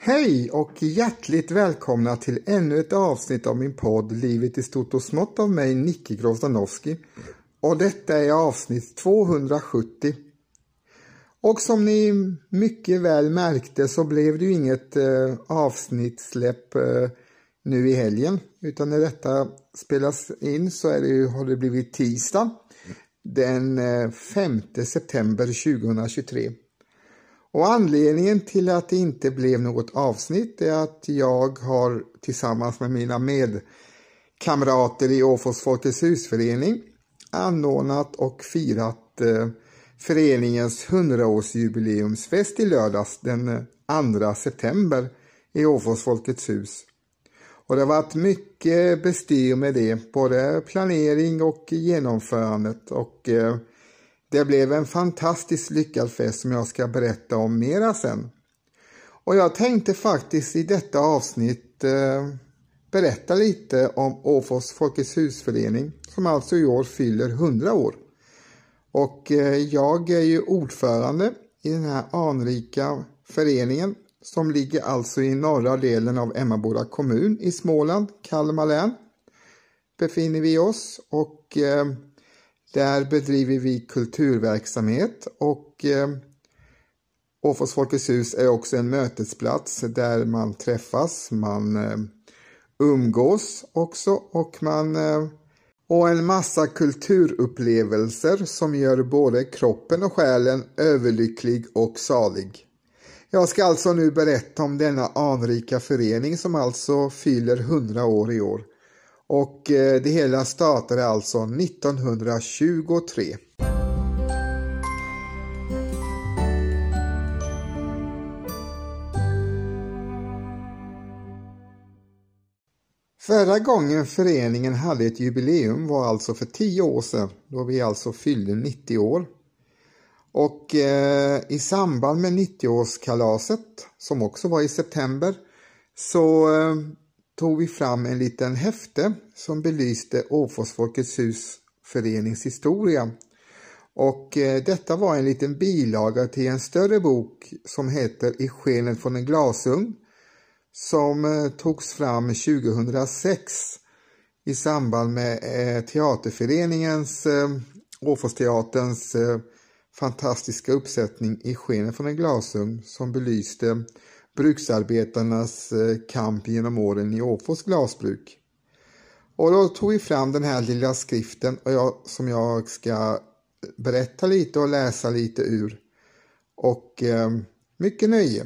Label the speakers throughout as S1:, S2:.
S1: Hej och hjärtligt välkomna till ännu ett avsnitt av min podd Livet i stort och smått av mig, Nicke Grozdanowski. Och detta är avsnitt 270. Och som ni mycket väl märkte så blev det ju inget avsnittsläpp nu i helgen. Utan när detta spelas in så har det blivit tisdag den 5 september 2023. Och anledningen till att det inte blev något avsnitt är att jag har tillsammans med mina medkamrater i Åfors Folkets husförening anordnat och firat föreningens 100-årsjubileumsfest i lördags den 2 september i Åfors Folkets hus. Och det har varit mycket bestyr med det, både planering och genomförandet, och det blev en fantastiskt lyckad fest som jag ska berätta om mera sen. Och jag tänkte faktiskt i detta avsnitt berätta lite om Åfors Folkets husförening som alltså i år fyller 100 år. Och jag är ju ordförande i den här anrika föreningen som ligger alltså i norra delen av Emmaboda kommun i Småland, Kalmar län. Befinner vi oss och där bedriver vi kulturverksamhet och Åfors Folkets hus är också en mötesplats där man träffas, man umgås också och en massa kulturupplevelser som gör både kroppen och själen överlycklig och salig. Jag ska alltså nu berätta om denna anrika förening som alltså fyller 100 år i år. Och det hela startade alltså 1923. Förra gången föreningen hade ett jubileum var alltså för 10 år sedan, då vi alltså fyllde 90 år. Och i samband med 90-årskalaset, som också var i september, så tog vi fram en liten häfte som belyste Åfors Folkets hus förenings historia. Och detta var en liten bilaga till en större bok som heter I skenet från en glasugn, som togs fram 2006 i samband med teaterföreningens, Åforsteaterns fantastiska uppsättning I skenet från en glasugn, som belyste bruksarbetarnas kamp genom åren i Åfors glasbruk. Och då tog vi fram den här lilla skriften som jag ska berätta lite och läsa lite ur. Och mycket nöje.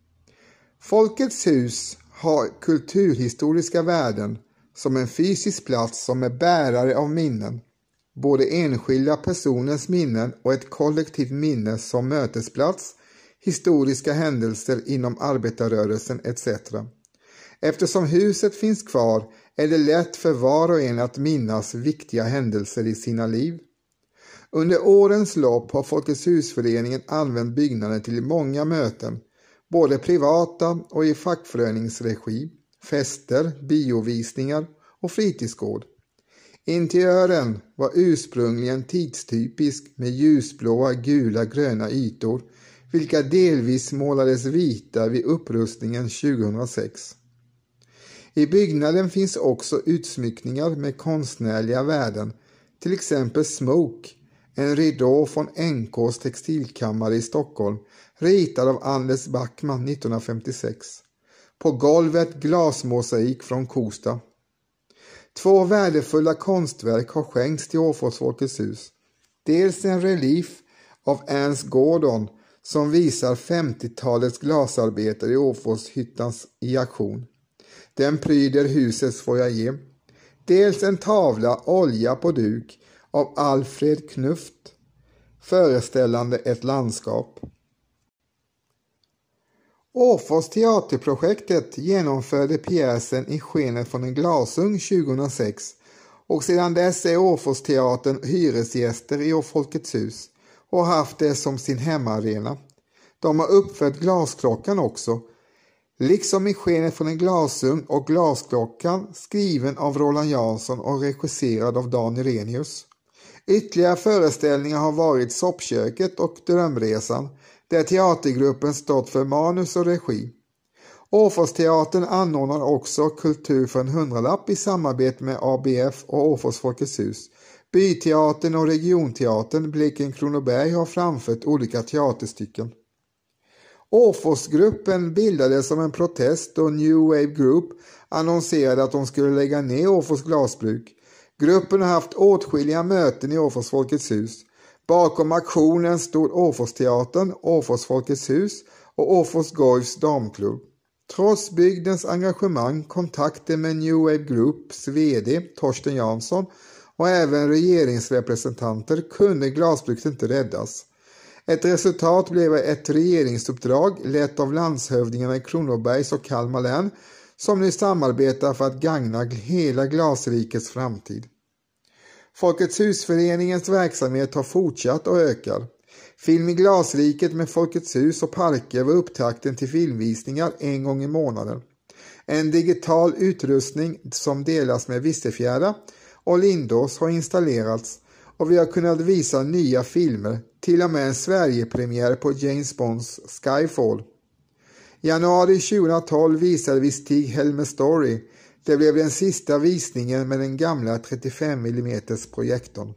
S1: Folkets hus har kulturhistoriska värden som en fysisk plats som är bärare av minnen. Både enskilda personers minnen och ett kollektivt minne som mötesplats, historiska händelser inom arbetarrörelsen etc. Eftersom huset finns kvar är det lätt för var och en att minnas viktiga händelser i sina liv. Under årens lopp har Folkets husföreningen använt byggnaden till många möten, både privata och i fackföreningsregi, fester, biovisningar och fritidsgård. Interiören var ursprungligen tidstypisk med ljusblåa, gula, gröna ytor, vilka delvis målades vita vid upprustningen 2006. I byggnaden finns också utsmyckningar med konstnärliga värden, till exempel Smoke, en ridå från NKs textilkammare i Stockholm, ritad av Anders Backman 1956. På golvet glasmosaik från Kosta. 2 värdefulla konstverk har skänkts till Åfors Folkets hus. Dels en relief av Ernst Gordon som visar 50-talets glasarbetare i Åforshyttans i aktion. Den pryder husets foyer. Dels en tavla olja på duk av Alfred Knuft, föreställande ett landskap. Åfors teaterprojektet genomförde pjäsen I skenet från en glasugn 2006 och sedan dess är Åfors teatern hyresgäster i Folkets hus och haft det som sin hemmaarena. De har uppfört Glasklockan också, liksom I skenet från en glasugn och Glasklockan, skriven av Roland Jansson och regisserad av Dan Irenius. Ytterligare föreställningar har varit Soppköket och Drömresan, där teatergruppen stått för manus och regi. Åforsteatern anordnar också Kultur för en 100-lapp i samarbete med ABF och Åfors Folkets hus. Byteatern och regionteatern Blekinge-Kronoberg har framfört olika teaterstycken. Åforsgruppen bildades som en protest då New Wave Group annonserade att de skulle lägga ner Åfors glasbruk. Gruppen har haft åtskilliga möten i Åfors Folkets hus. Bakom aktionen stod Åforsteatern, Åfors Folkets hus och Åfors Golfs damklubb. Trots bygdens engagemang, kontakter med New Wave Groups vd Torsten Jansson och även regeringsrepresentanter kunde glasbruket inte räddas. Ett resultat blev ett regeringsuppdrag lett av landshövdingarna i Kronobergs och Kalmar län som nu samarbetar för att gagna hela glasrikets framtid. Folkets husföreningens verksamhet har fortsatt och ökar. Film i glasriket med Folkets hus och parker var upptakten till filmvisningar en gång i månaden. En digital utrustning som delas med Vissefjärda och Lindås har installerats och vi har kunnat visa nya filmer, till och med en Sverigepremiär på James Bonds Skyfall. I januari 2012 visade vi Stig-Helmer Story. Det blev den sista visningen med den gamla 35 mm projektorn.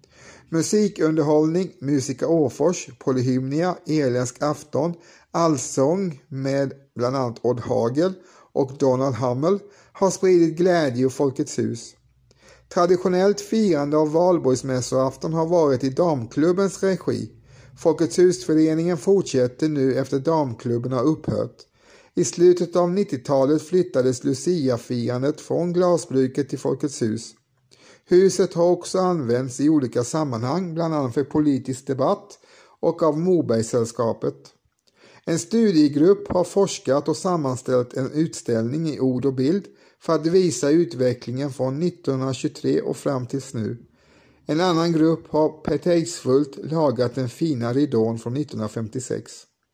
S1: Musikunderhållning, Musika Åfors, Polyhymnia, Eländsk afton, Allsång med bland annat Odd Hagel och Donald Hummel har spridit glädje i Folkets hus. Traditionellt firande av valborgsmässoafton har varit i damklubbens regi. Folkets husföreningen fortsätter nu efter damklubben har upphört. I slutet av 90-talet flyttades Lucia-firandet från glasbruket till Folkets hus. Huset har också använts i olika sammanhang, bland annat för politisk debatt och av Mobergsällskapet. En studiegrupp har forskat och sammanställt en utställning i ord och bild för att visa utvecklingen från 1923 och fram tills nu. En annan grupp har petejsfullt lagat den fina ridån från 1956.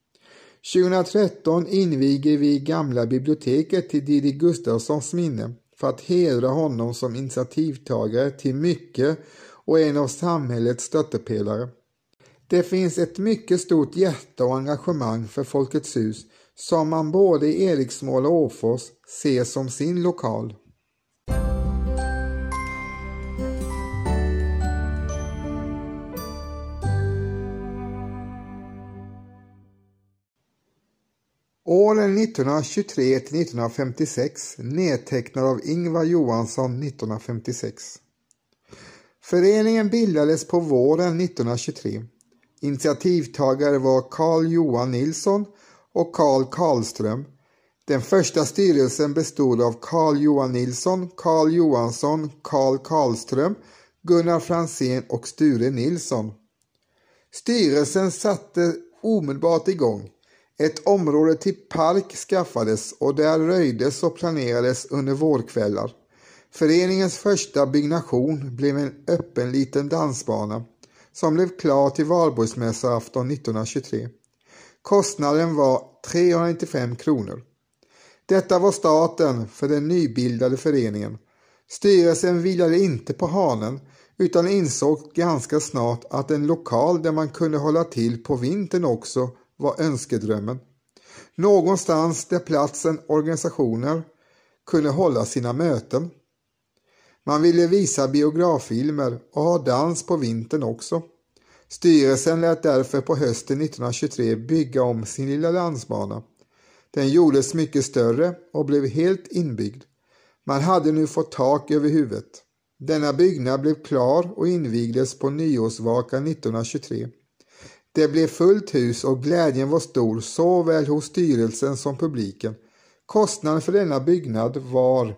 S1: 2013 inviger vi gamla biblioteket till Didi Gustafssons minne för att hedra honom som initiativtagare till mycket och en av samhällets stöttepelare. Det finns ett mycket stort hjärta och engagemang för Folkets hus som man både i Eriksmål och Åfors ser som sin lokal. Åren 1923 till 1956 nedtecknad av Ingvar Johansson 1956. Föreningen bildades på våren 1923. Initiativtagare var Carl Johan Nilsson och Carl Karlström. Den första styrelsen bestod av Carl Johan Nilsson, Carl Johansson, Carl Karlström, Gunnar Fransén och Sture Nilsson. Styrelsen satte omedelbart igång. Ett område till park skaffades och där röjdes och planerades under vårkvällar. Föreningens första byggnation blev en öppen liten dansbana som blev klar till valborgsmässoafton 1923. Kostnaden var 395 kronor. Detta var starten för den nybildade föreningen. Styrelsen vilade inte på hanen utan insåg ganska snart att en lokal där man kunde hålla till på vintern också var önskedrömmen. Någonstans där platsen organisationer kunde hålla sina möten. Man ville visa biograffilmer och ha dans på vintern också. Styrelsen lät därför på hösten 1923 bygga om sin lilla dansbana. Den gjordes mycket större och blev helt inbyggd. Man hade nu fått tak över huvudet. Denna byggnad blev klar och invigdes på nyårsvakan 1923. Det blev fullt hus och glädjen var stor såväl hos styrelsen som publiken. Kostnaden för denna byggnad var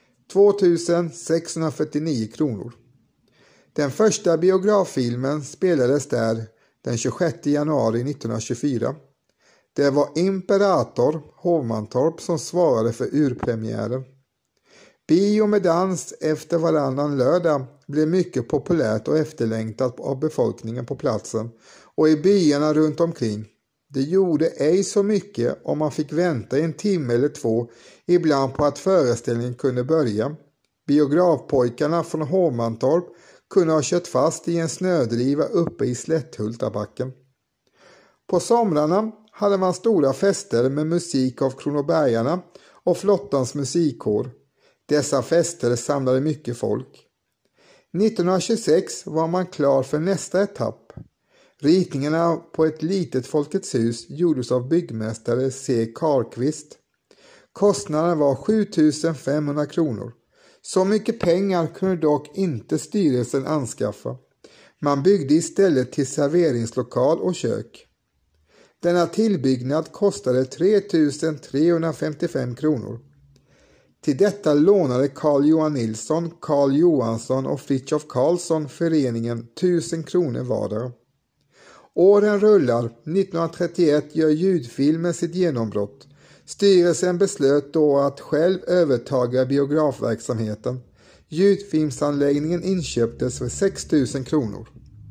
S1: 2649 kronor. Den första biograffilmen spelades där den 26 januari 1924. Det var Imperator Hovmantorp som svarade för urpremiären. Bio med dans efter varannan lördag blev mycket populärt och efterlängtat av befolkningen på platsen och i byarna runt omkring. Det gjorde ej så mycket om man fick vänta en timme eller två, ibland på att föreställningen kunde börja. Biografpojkarna från Hovmantorp kunde ha kört fast i en snödriva uppe i Slätthultabacken. På somrarna hade man stora fester med musik av Kronobergarna och flottans musikkår. Dessa fester samlade mycket folk. 1926 var man klar för nästa etapp. Ritningarna på ett litet Folkets hus gjordes av byggmästare C. Karlqvist. Kostnaden var 7500 kronor. Så mycket pengar kunde dock inte styrelsen anskaffa. Man byggde istället till serveringslokal och kök. Denna tillbyggnad kostade 3355 kronor. Till detta lånade Carl Johan Nilsson, Carl Johansson och Fritiof Karlsson föreningen 1000 kronor vardera. Åren rullar. 1931 gör ljudfilmen sitt genombrott. Styrelsen beslöt då att själv övertaga biografverksamheten. Ljudfilmsanläggningen inköptes för 6000 kronor.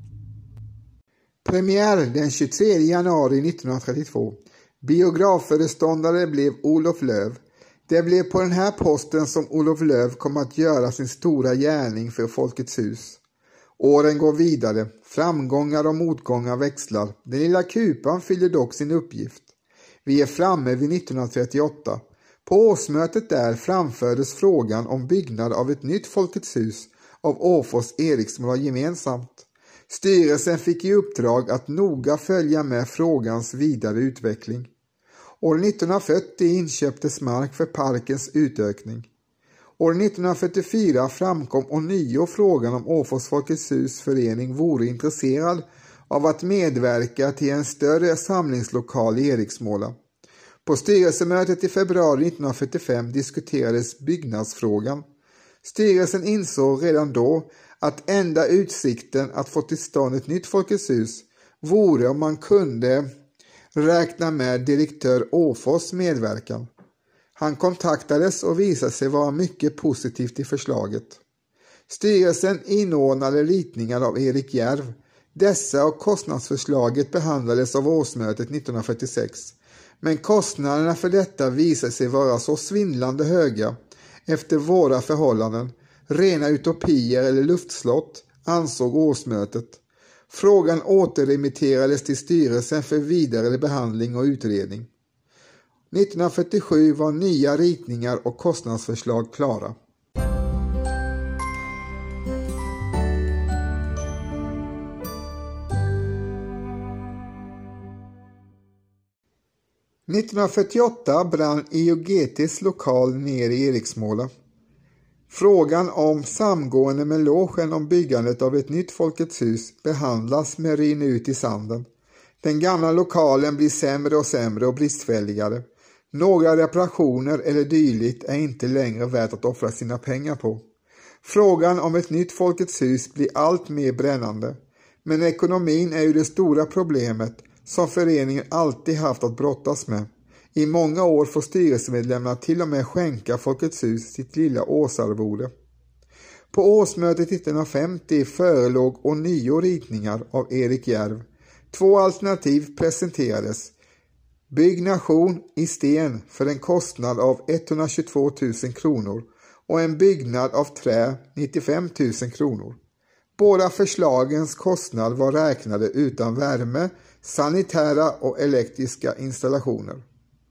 S1: Premiär den 23 januari 1932. Biografföreståndare blev Olof Löv. Det blev på den här posten som Olof Löv kom att göra sin stora gärning för Folkets hus. Åren går vidare, framgångar och motgångar växlar. Den lilla kupan fyller dock sin uppgift. Vi är framme vid 1938. På årsmötet där framfördes frågan om byggnad av ett nytt Folkets hus av Åfors Eriksmåla gemensamt. Styrelsen fick i uppdrag att noga följa med frågans vidare utveckling. År 1940 inköptes mark för parkens utökning. År 1944 framkom ånyo frågan om Åfors Folkets hus förening vore intresserad av att medverka till en större samlingslokal i Eriksmåla. På styrelsemötet i februari 1945 diskuterades byggnadsfrågan. Styrelsen insåg redan då att enda utsikten att få till stånd ett nytt Folkets hus vore om man kunde räkna med direktör Åfors medverkan. Han kontaktades och visade sig vara mycket positiv till förslaget. Styrelsen inordnade ritningar av Erik Järv. Dessa och kostnadsförslaget behandlades av årsmötet 1946. Men kostnaderna för detta visade sig vara så svindlande höga efter våra förhållanden. Rena utopier eller luftslott, ansåg årsmötet. Frågan återremitterades till styrelsen för vidare behandling och utredning. 1947 var nya ritningar och kostnadsförslag klara. År 1948 brann IOGT:s lokal ner i Eriksmåla. Frågan om samgående med logen om byggandet av ett nytt Folkets hus behandlas med rinna ut i sanden. Den gamla lokalen blir sämre och sämre och bristfälligare. Några reparationer eller dylikt är inte längre värt att offra sina pengar på. Frågan om ett nytt Folkets hus blir allt mer brännande. Men ekonomin är ju det stora problemet som föreningen alltid haft att brottas med. I många år får styrelsemedlemmarna till och med skänka Folkets hus sitt lilla årsarvode. På årsmötet 1950 förelåg ånyo ritningar av Erik Järv. 2 alternativ presenterades. Byggnation i sten för en kostnad av 122 000 kronor och en byggnad av trä 95 000 kronor. Båda förslagens kostnad var räknade utan värme, sanitära och elektriska installationer.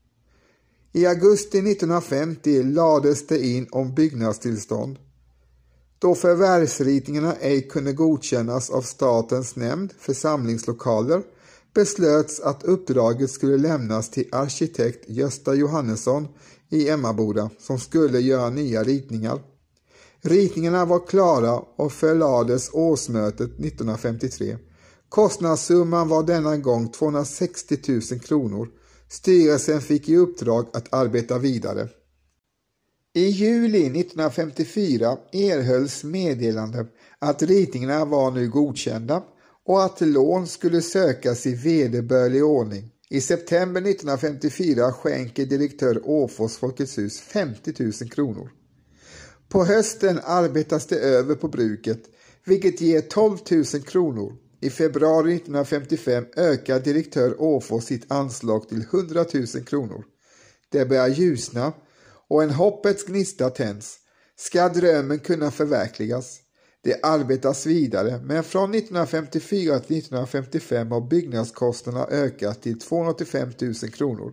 S1: I augusti 1950 lades det in om byggnadstillstånd. Då förvärvsritningarna ej kunde godkännas av statens nämnd för samlingslokaler beslöts att uppdraget skulle lämnas till arkitekt Gösta Johannesson i Emmaboda som skulle göra nya ritningar. Ritningarna var klara och förlades årsmötet 1953. Kostnadssumman var denna gång 260 000 kronor. Styrelsen fick i uppdrag att arbeta vidare. I juli 1954 erhölls meddelande att ritningarna var nu godkända och att lån skulle sökas i vederbörlig ordning. I september 1954 skänker direktör Åfors Folkets hus 50 000 kronor. På hösten arbetas det över på bruket, vilket ger 12 000 kronor. I februari 1955 ökar direktör Åfors sitt anslag till 100 000 kronor. Det börjar ljusna och en hoppets gnista tänds. Ska drömmen kunna förverkligas? Det arbetas vidare, men från 1954 till 1955 har byggnadskostnaderna ökat till 285 000 kronor.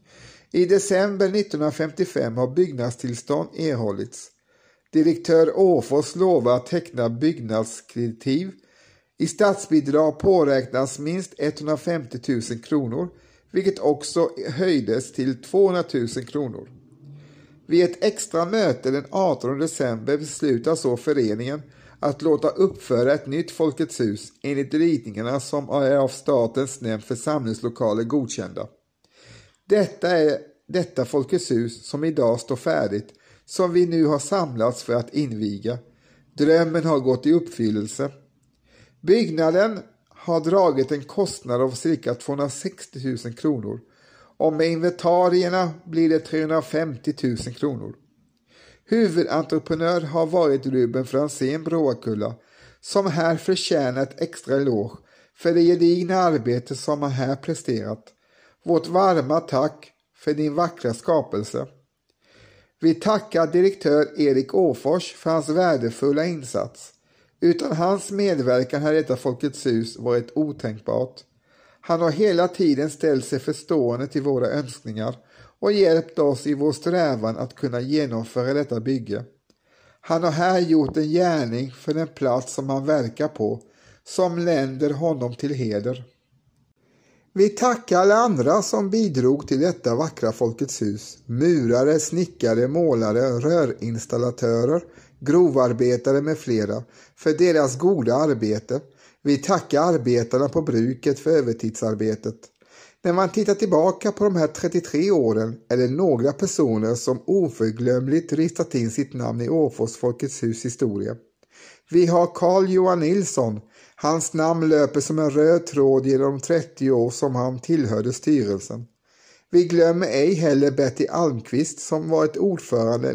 S1: I december 1955 har byggnadstillstånd erhållits. Direktör Åfors lovar att teckna byggnadskreditiv. I statsbidrag påräknas minst 150 000 kronor, vilket också höjdes till 200 000 kronor. Vid ett extra möte den 18 december beslutar så föreningen att låta uppföra ett nytt Folkets hus enligt ritningarna som är av statens nämnd för samlingslokaler godkända. Detta är detta Folkets hus som idag står färdigt, som vi nu har samlats för att inviga. Drömmen har gått i uppfyllelse. Byggnaden har dragit en kostnad av cirka 260 000 kronor och med inventarierna blir det 350 000 kronor. Huvudentreprenör har varit Ruben Franzén Bråkulla, som här förtjänar ett extra eloge för det gedigna arbete som han här presterat. Vårt varma tack för din vackra skapelse. Vi tackar direktör Erik Åfors för hans värdefulla insats. Utan hans medverkan hade detta Folkets hus varit otänkbart. Han har hela tiden ställt sig förstående till våra önskningar och hjälpt oss i vår strävan att kunna genomföra detta bygge. Han har här gjort en gärning för den plats som han verkar på, som länder honom till heder. Vi tackar alla andra som bidrog till detta vackra Folkets hus. Murare, snickare, målare, rörinstallatörer, grovarbetare med flera för deras goda arbete. Vi tackar arbetarna på bruket för övertidsarbetet. När man tittar tillbaka på de här 33 åren är det några personer som oförglömligt ristat in sitt namn i Åfors Folkets hus historia. Vi har Carl Johan Nilsson. Hans namn löper som en röd tråd genom 30 år som han tillhörde styrelsen. Vi glömmer ej heller Betty Almqvist som varit ordförande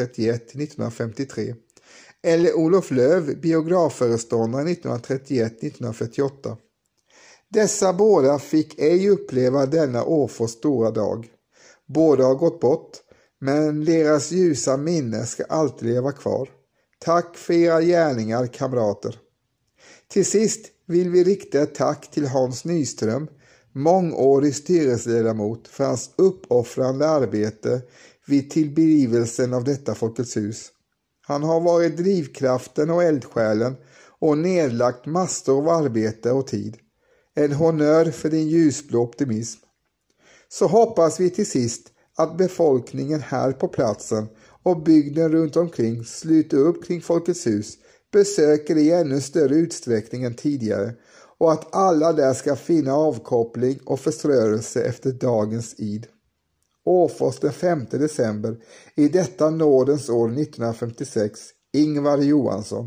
S1: 1931-1953. Eller Olof Löv, biografföreståndare 1931-1948. Dessa båda fick ej uppleva denna Åfors stora dag. Båda har gått bort, men deras ljusa minne ska alltid leva kvar. Tack för era gärningar, kamrater. Till sist vill vi rikta ett tack till Hans Nyström, mångårig styrelseledamot, för hans uppoffrande arbete vid tillblivelsen av detta Folkets hus. Han har varit drivkraften och eldsjälen och nedlagt massor av arbete och tid. En honnör för din ljusblå optimism. Så hoppas vi till sist att befolkningen här på platsen och bygden runt omkring sluter upp kring Folkets hus, besöker i ännu större utsträckning än tidigare och att alla där ska finna avkoppling och förströelse efter dagens id. Åfors den 5 december i detta nådens år 1956. Ingvar Johansson.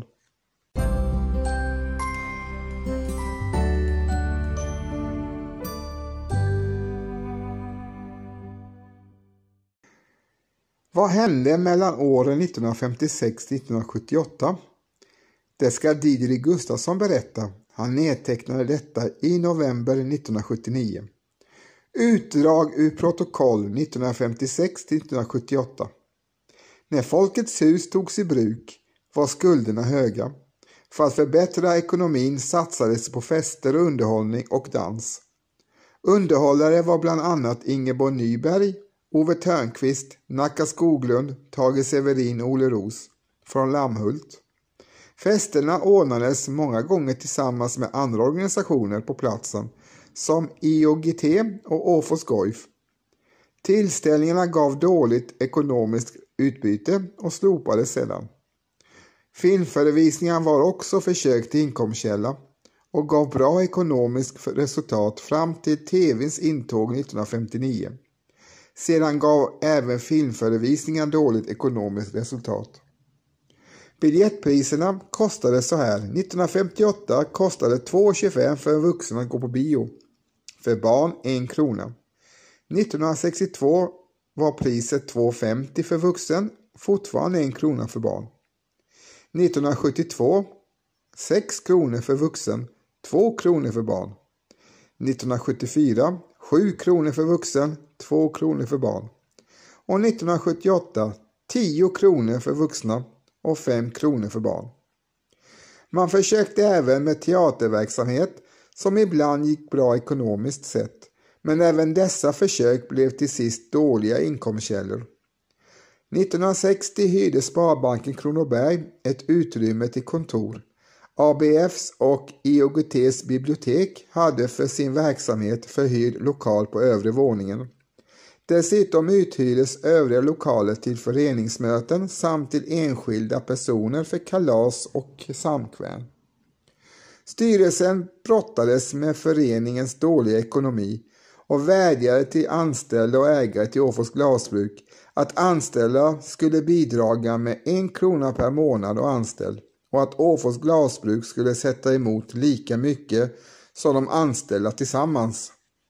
S1: Vad hände mellan åren 1956 till 1978? Det ska Didrik Gustafsson berätta. Han nedtecknade detta i november 1979. Utdrag ur protokoll 1956 till 1978. När Folkets hus togs i bruk var skulderna höga. För att förbättra ekonomin satsades på fester och underhållning och dans. Underhållare var bland annat Ingeborg Nyberg, Ove Törnqvist, Nacka Skoglund, Tage Severin och Ole Ros från Lammhult. Festerna ordnades många gånger tillsammans med andra organisationer på platsen som IOGT och Åfors Goif. Tillställningarna gav dåligt ekonomiskt utbyte och slopades sedan. Filmförevisningar var också försök till inkomstkälla och gav bra ekonomiskt resultat fram till TV:ns intåg 1959. Sedan gav även filmförevisningar dåligt ekonomiskt resultat. Biljettpriserna kostade så här. 1958 kostade 2,25 för en vuxen att gå på bio. För barn 1 krona. 1962 var priset 2,50 för vuxen, fortfarande 1 krona för barn. 1972 6 kronor för vuxen, 2 kronor för barn. 1974 7 kronor för vuxen, 2 kronor för barn. Och 1978 10 kronor för vuxna och 5 kronor för barn. Man försökte även med teaterverksamhet som ibland gick bra ekonomiskt sett, men även dessa försök blev till sist dåliga inkomstkällor. 1960 hyrde Sparbanken Kronoberg ett utrymme till kontor. ABFs och IOGTs bibliotek hade för sin verksamhet förhyrd lokal på övre våningen. Dessutom uthyrdes övriga lokaler till föreningsmöten samt till enskilda personer för kalas och samkväm. Styrelsen brottades med föreningens dåliga ekonomi och vädjade till anställda och ägare till Åfors glasbruk att anställda skulle bidraga med 1 krona per månad och anställd och att Åfors glasbruk skulle sätta emot lika mycket som de anställda tillsammans.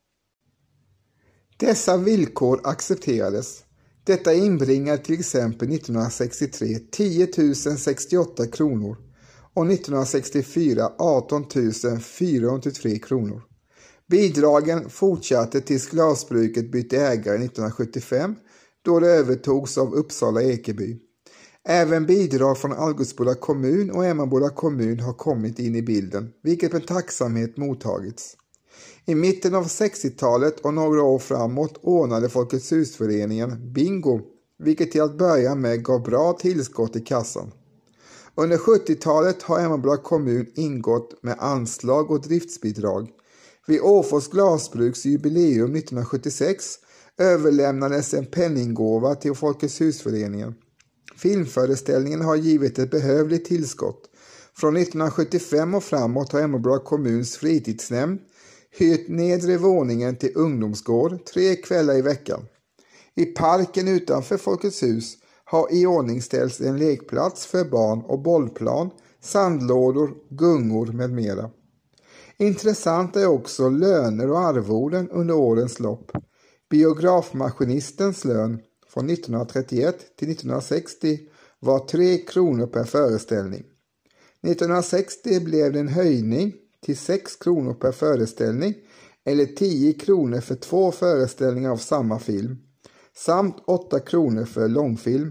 S1: Dessa villkor accepterades. Detta inbringade till exempel 1963 10 068 kronor och 1964 18 483 kronor. Bidragen fortsatte tills glasbruket bytte ägare 1975 då det övertogs av Uppsala Ekeby. Även bidrag från Algutsboda kommun och Emmaboda kommun har kommit in i bilden, vilket med tacksamhet mottagits. I mitten av 60-talet och några år framåt ordnade Folkets husföreningen bingo, vilket till att börja med gav bra tillskott i kassan. Under 70-talet har Emmaboda kommun ingått med anslag och driftsbidrag. Vid Åfors glasbruks jubileum 1976 överlämnades en penninggåva till Folkets husföreningen. Filmföreställningen har givit ett behövligt tillskott. Från 1975 och framåt har Emmaboda kommuns fritidsnämnd hyrt nedre våningen till ungdomsgård 3 kvällar i veckan. I parken utanför Folkets hus har iordningställts en lekplats för barn och bollplan, sandlådor, gungor med mera. Intressant är också löner och arvoden under årens lopp. Biografmaskinistens lön från 1931 till 1960 var 3 kronor per föreställning. 1960 blev det en höjning till 6 kronor per föreställning eller 10 kronor för 2 föreställningar av samma film samt 8 kronor för långfilm.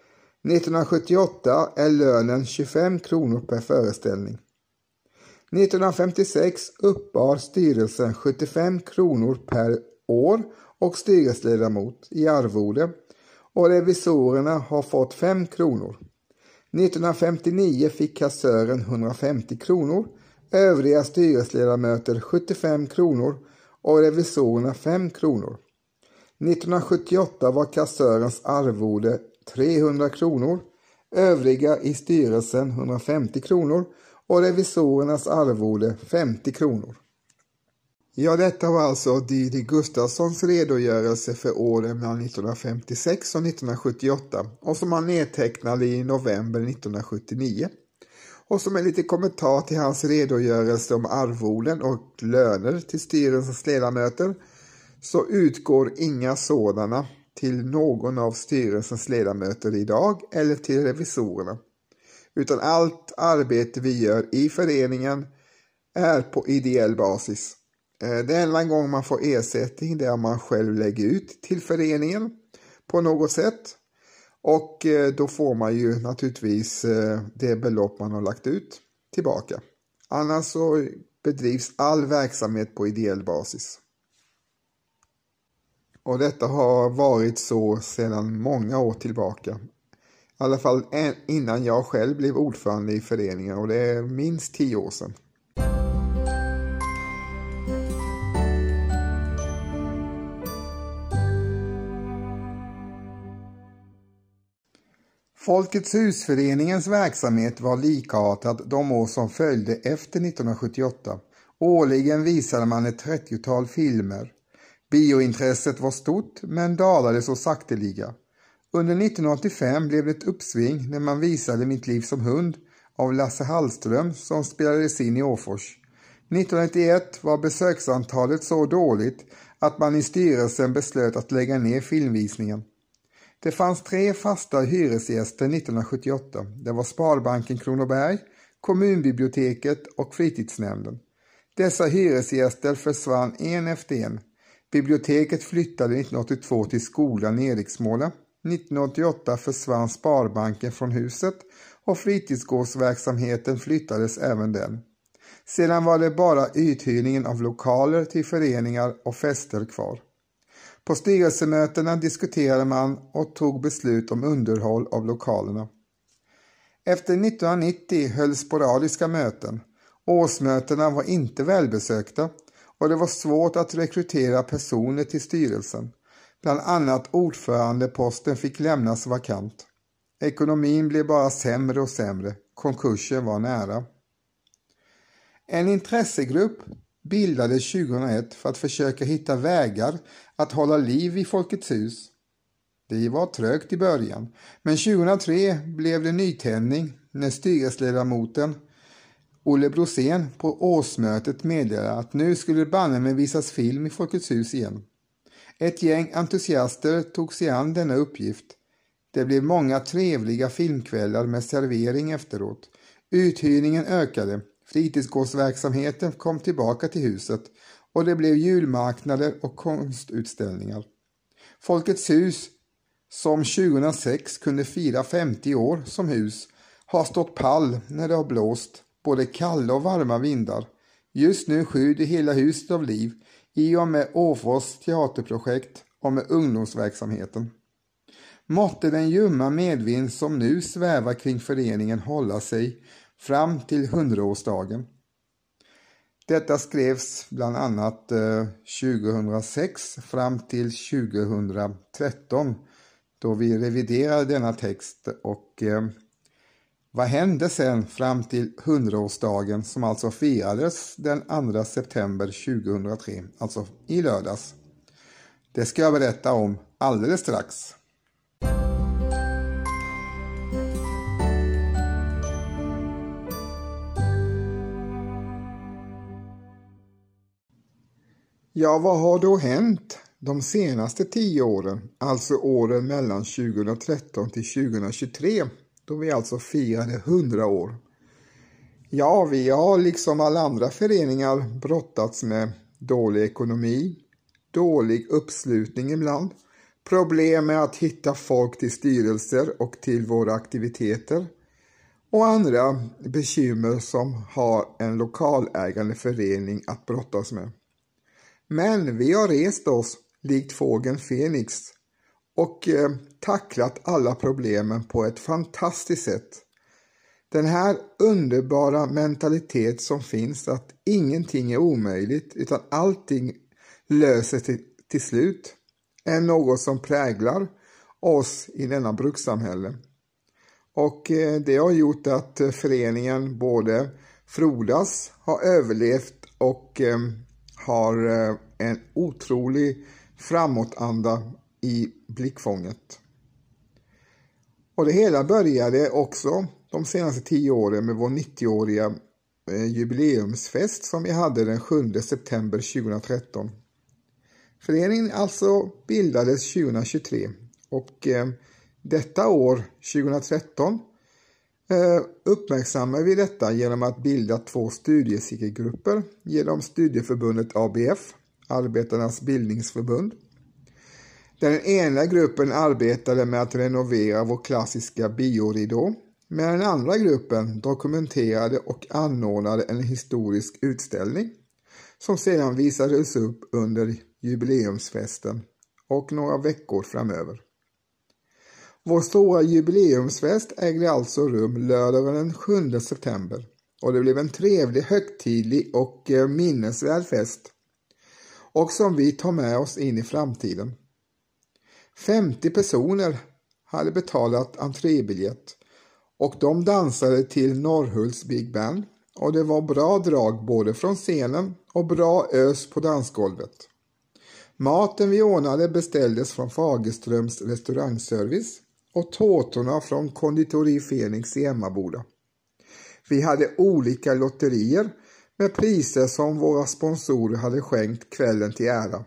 S1: 1978 är lönen 25 kronor per föreställning. 1956 uppbar styrelsen 75 kronor per år och styrelseledamot i arvode och revisorerna har fått 5 kronor. 1959 fick kassören 150 kronor, övriga styrelseledamöter 75 kronor och revisorerna 5 kronor. 1978 var kassörens arvode 300 kronor, övriga i styrelsen 150 kronor och revisorernas arvode 50 kronor. Ja, detta var alltså Didi Gustafssons redogörelse för åren mellan 1956 och 1978 och som han nedtecknade i november 1979. Och som en liten kommentar till hans redogörelse om arvoden och löner till styrelsens ledamöter så utgår inga sådana till någon av styrelsens ledamöter idag eller till revisorerna. Utan allt arbete vi gör i föreningen är på ideell basis. Det enda gång man får ersättning det är om man själv lägger ut till föreningen på något sätt. Och då får man ju naturligtvis det belopp man har lagt ut tillbaka. Annars så bedrivs all verksamhet på ideell basis. Och detta har varit så sedan många år tillbaka. I alla fall innan jag själv blev ordförande i föreningen och det är minst 10 år sedan. Folkets husföreningens verksamhet var likartad de år som följde efter 1978. Årligen visade man ett 30-tal filmer. Biointresset var stort men dalade så sakteliga. Under 1985 blev det ett uppsving när man visade Mitt liv som hund av Lasse Hallström som spelades in i Åfors. 1991 var besöksantalet så dåligt att man i styrelsen beslöt att lägga ner filmvisningen. Det fanns 3 fasta hyresgäster 1978. Det var Sparbanken Kronoberg, kommunbiblioteket och fritidsnämnden. Dessa hyresgäster försvann en efter en. Biblioteket flyttade 1982 till skolan i Eriksmåla. 1988 försvann Sparbanken från huset och fritidsgårdsverksamheten flyttades även den. Sedan var det bara uthyrningen av lokaler till föreningar och fester kvar. På styrelsemötena diskuterade man och tog beslut om underhåll av lokalerna. Efter 1990 hölls sporadiska möten. Årsmötena var inte välbesökta och det var svårt att rekrytera personer till styrelsen. Bland annat ordförandeposten fick lämnas vakant. Ekonomin blev bara sämre och sämre. Konkursen var nära. En intressegrupp bildades 2001 för att försöka hitta vägar att hålla liv i Folkets hus. Det var trögt i början, men 2003 blev det nytändning när styrelseledamoten Olle Brosén på årsmötet meddelade att nu skulle banne med visas film i Folkets hus igen. Ett gäng entusiaster tog sig an denna uppgift. Det blev många trevliga filmkvällar med servering efteråt. Uthyrningen ökade, fritidsgårdsverksamheten kom tillbaka till huset och det blev julmarknader och konstutställningar. Folkets hus, som 2006 kunde fira 50 år som hus, har stått pall när det har blåst både kalla och varma vindar. Just nu sjuder hela huset av liv i och med Åfors teaterprojekt och med ungdomsverksamheten. Måtte den ljumma medvind som nu svävar kring föreningen hålla sig fram till 100-årsdagen. Detta skrevs bland annat 2006 fram till 2013 då vi reviderade denna text och vad hände sen fram till 100-årsdagen som alltså firades den 2 september 2003, alltså i lördags. Det ska jag berätta om alldeles strax. Ja, vad har då hänt de senaste 10 åren, alltså åren mellan 2013 till 2023, då vi alltså firade 100 år? Ja, vi har liksom alla andra föreningar brottats med dålig ekonomi, dålig uppslutning ibland, problem med att hitta folk till styrelser och till våra aktiviteter och andra bekymmer som har en lokalägande förening att brottas med. Men vi har rest oss likt fågeln Fenix och tacklat alla problemen på ett fantastiskt sätt. Den här underbara mentalitet som finns att ingenting är omöjligt utan allting löser till slut är något som präglar oss i denna brukssamhälle. Och det har gjort att föreningen både frodas, har överlevt och har en otrolig framåtanda i blickfånget. Och det hela började också de senaste 10 åren med vår 90-åriga jubileumsfest som vi hade den 7 september 2013. Föreningen alltså bildades 2023 och detta år 2013 uppmärksammar vi detta genom att bilda 2 studiecirkelgrupper genom studieförbundet ABF, Arbetarnas bildningsförbund. Den ena gruppen arbetade med att renovera vår klassiska bioridå, medan den andra gruppen dokumenterade och anordnade en historisk utställning som sedan visades upp under jubileumsfesten och några veckor framöver. Vår stora jubileumsfest ägde alltså rum lördagen den 7 september och det blev en trevlig, högtidlig och minnesvärd fest och som vi tar med oss in i framtiden. 50 personer hade betalat entrébiljett och de dansade till Norrhults Big Band och det var bra drag både från scenen och bra ös på dansgolvet. Maten vi ordnade beställdes från Fagerströms restaurangservice och tårtorna från konditori Fenix i Emmaboda. Vi hade olika lotterier med priser som våra sponsorer hade skänkt kvällen till ära.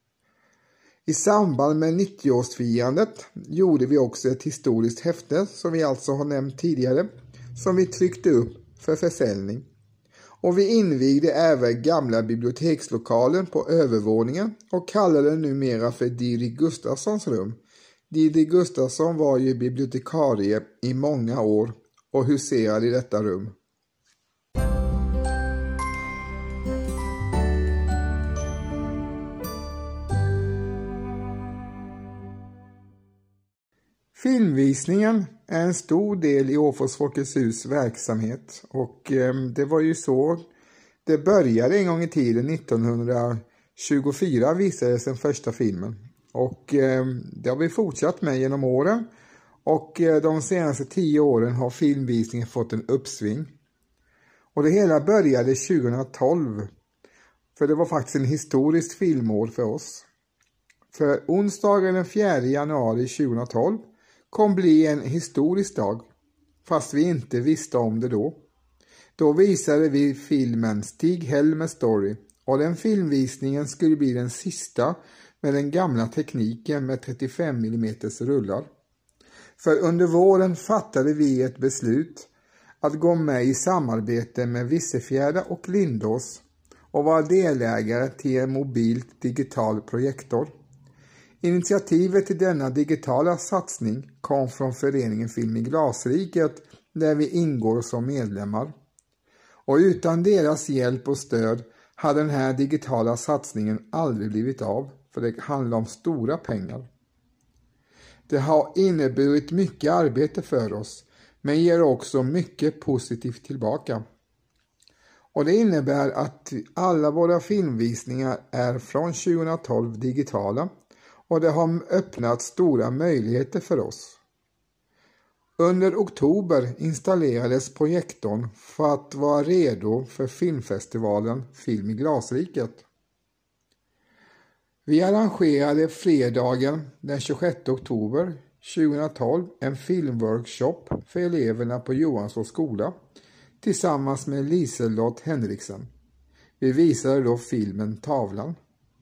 S1: I samband med 90-årsfirandet gjorde vi också ett historiskt häfte som vi alltså har nämnt tidigare som vi tryckte upp för försäljning. Och vi invigde även gamla bibliotekslokalen på övervåningen och kallade den numera för Didi Gustafssons rum. Didi Gustafsson var ju bibliotekarie i många år och huserar i detta rum. Filmvisningen är en stor del i Åfors Folkets hus verksamhet och det var ju så det började en gång i tiden. 1924 visades den första filmen och det har vi fortsatt med genom åren och de senaste 10 åren har filmvisningen fått en uppsving. Och det hela började 2012 för det var faktiskt en historiskt filmår för oss. För onsdagen den 4 januari 2012 kom bli en historisk dag, fast vi inte visste om det då. Då visade vi filmen Stig-Helmers Story och den filmvisningen skulle bli den sista med den gamla tekniken med 35 mm rullar. För under våren fattade vi ett beslut att gå med i samarbete med Vissefjärda och Lindås och vara delägare till en mobilt digital projektor. Initiativet till denna digitala satsning kom från föreningen Film i Glasriket där vi ingår som medlemmar. Och utan deras hjälp och stöd hade den här digitala satsningen aldrig blivit av, för det handlar om stora pengar. Det har inneburit mycket arbete för oss, men ger också mycket positivt tillbaka. Och det innebär att alla våra filmvisningar är från 2012 digitala och det har öppnat stora möjligheter för oss. Under oktober installerades projektorn för att vara redo för filmfestivalen Film i Glasriket. Vi arrangerade fredagen den 26 oktober 2012 en filmworkshop för eleverna på Johansås skola tillsammans med Liselott Henriksen. Vi visade då filmen Tavlan.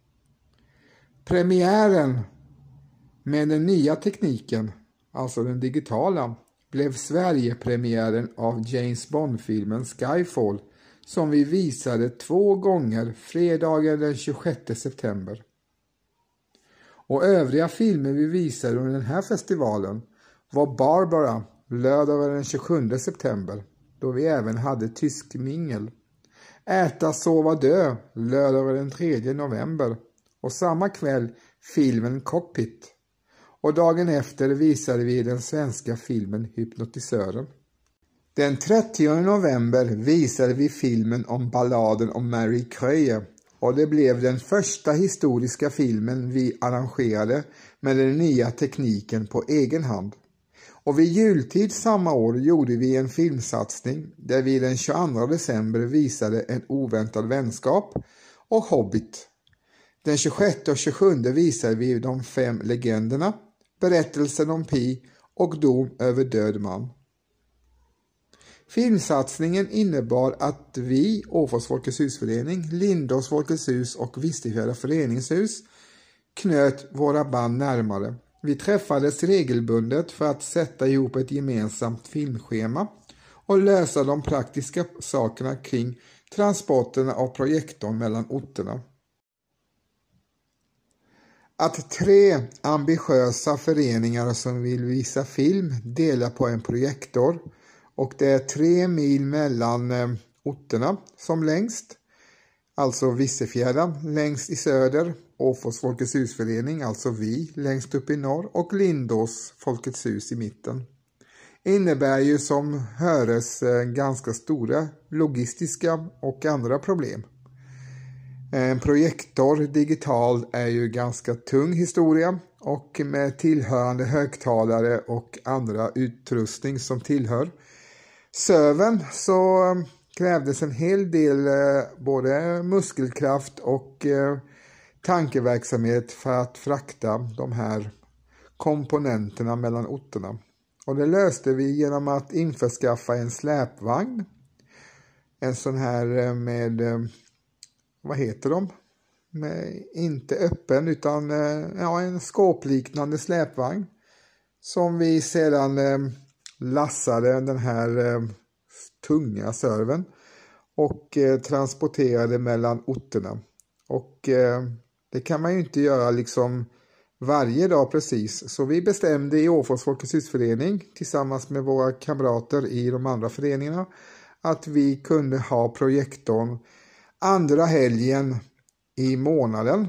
S1: Premiären med den nya tekniken, alltså den digitala, blev Sverigepremiären av James Bond-filmen Skyfall som vi visade 2 gånger fredagen den 26 september. Och övriga filmer vi visade under den här festivalen var Barbara lördagen den 27 september då vi även hade Tysk mingel. Äta, sova, dö lördagen den 3 november och samma kväll filmen Cockpit. Och dagen efter visade vi den svenska filmen Hypnotisören. Den 30 november visade vi filmen om balladen om Mary Kröyer och det blev den första historiska filmen vi arrangerade med den nya tekniken på egen hand. Och vid jultid samma år gjorde vi en filmsatsning där vi den 22 december visade En oväntad vänskap och Hobbit. Den 26 och 27 visade vi De 5 legenderna, Berättelsen om Pi och Dom över död man. Filmsatsningen innebar att vi, Åfors Folkets husförening, Lindås Folkets hus och Vissefjärda föreningshus knöt våra band närmare. Vi träffades regelbundet för att sätta ihop ett gemensamt filmschema och lösa de praktiska sakerna kring transporterna av projektorn mellan orterna. Att 3 ambitiösa föreningar som vill visa film delar på en projektor och det är 3 mil mellan orterna som längst, alltså Vissefjärda längst i söder, Åfors Folkets husförening, alltså vi längst upp i norr och Lindås Folkets hus i mitten. Innebär ju som höres ganska stora logistiska och andra problem. En projektor digital är ju ganska tung historia och med tillhörande högtalare och andra utrustning som tillhör. Servern så krävdes en hel del både muskelkraft och tankeverksamhet för att frakta de här komponenterna mellan orterna. Och det löste vi genom att införskaffa en släpvagn. En sån här med, vad heter de? Med, inte öppen utan en skåpliknande släpvagn. Som vi sedan lassade den här tunga servern och transporterade mellan orterna. Och det kan man ju inte göra liksom varje dag precis. Så vi bestämde i Åfors Folkets husförening tillsammans med våra kamrater i de andra föreningarna att vi kunde ha projektorn andra helgen i månaden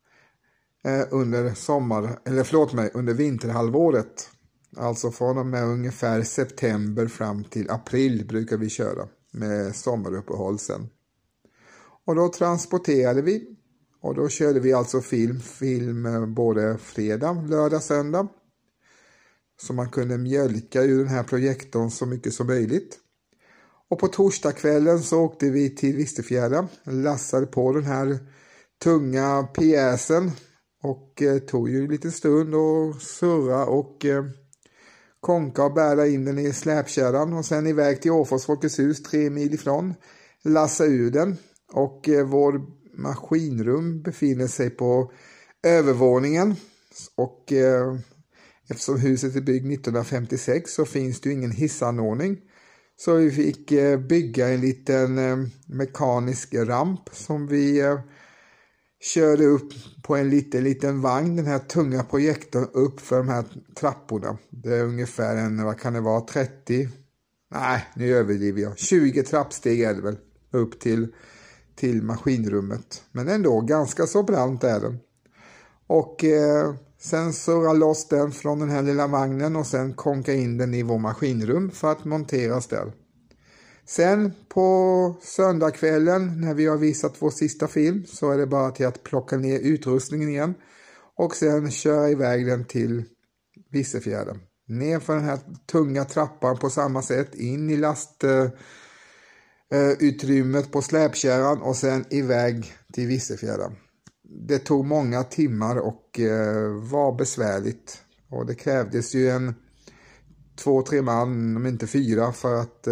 S1: under vinterhalvåret. Alltså från och med ungefär september fram till april brukar vi köra med sommaruppehåll sen. Och då transporterade vi och då körde vi alltså film både fredag, lördag, söndag. Så man kunde mjölka ur den här projektorn så mycket som möjligt. Och på torsdagskvällen så åkte vi till Vistefjärda, lassade på den här tunga pjäsen och tog ju lite stund och surra och konka och bära in den i släpkärran och sen iväg till Åfors Folkets hus 3 mil ifrån, lassa ur den och vår maskinrum befinner sig på övervåningen och eftersom huset är byggt 1956 så finns det ju ingen hissanordning. Så vi fick bygga en liten mekanisk ramp som vi körde upp på en liten vagn, den här tunga projektorn upp för de här trapporna. Det är ungefär vad kan det vara, 30? Nej, nu överdriver jag. 20 trappsteg är det väl upp till maskinrummet. Men ändå ganska så brant är den. Och sen surra loss den från den här lilla vagnen och sen konka in den i vår maskinrum för att monteras där. Sen på söndagskvällen när vi har visat vår sista film så är det bara till att plocka ner utrustningen igen och sen köra iväg den till Vissefjärden. Ner för den här tunga trappan på samma sätt, in i lastutrymmet på släpkärran och sen iväg till Vissefjärden. Det tog många timmar och var besvärligt och det krävdes ju 2-3 man, om inte 4, för att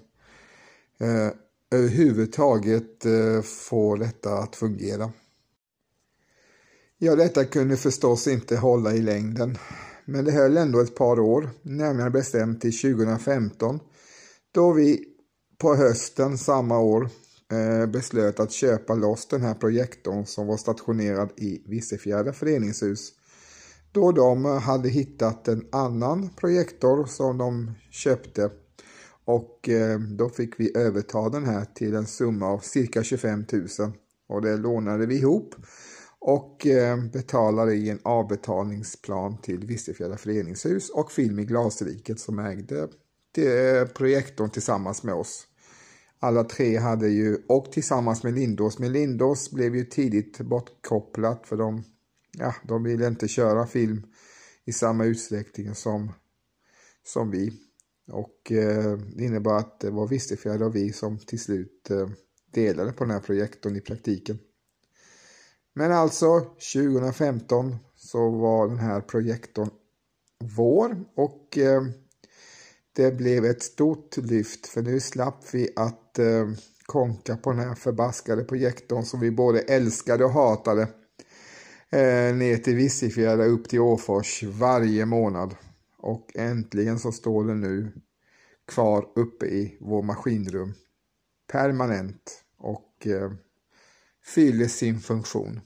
S1: överhuvudtaget få detta att fungera. Ja, detta kunde förstås inte hålla i längden, men det höll ändå ett par år, närmare bestämt till 2015, då vi på hösten samma år beslöt att köpa loss den här projektorn som var stationerad i Vissefjärda föreningshus. Då de hade hittat en annan projektor som de köpte och då fick vi överta den här till en summa av cirka 25 000 och det lånade vi ihop och betalade i en avbetalningsplan till Vissefjärda föreningshus och Film i Glasriket som ägde projektorn tillsammans med oss. Alla 3 hade ju, och tillsammans med Lindås. Men Lindås blev ju tidigt bortkopplat för de ville inte köra film i samma utsträckning som vi. Och det innebar att det var Vistefjärda och vi som till slut delade på den här projektorn i praktiken. Men alltså 2015 så var den här projektorn vår och det blev ett stort lyft för nu slapp vi att konka på den här förbaskade projektorn som vi både älskade och hatade ner till Vissefjärda upp till Åfors varje månad. Och äntligen så står den nu kvar uppe i vår maskinrum permanent och fyller sin funktion.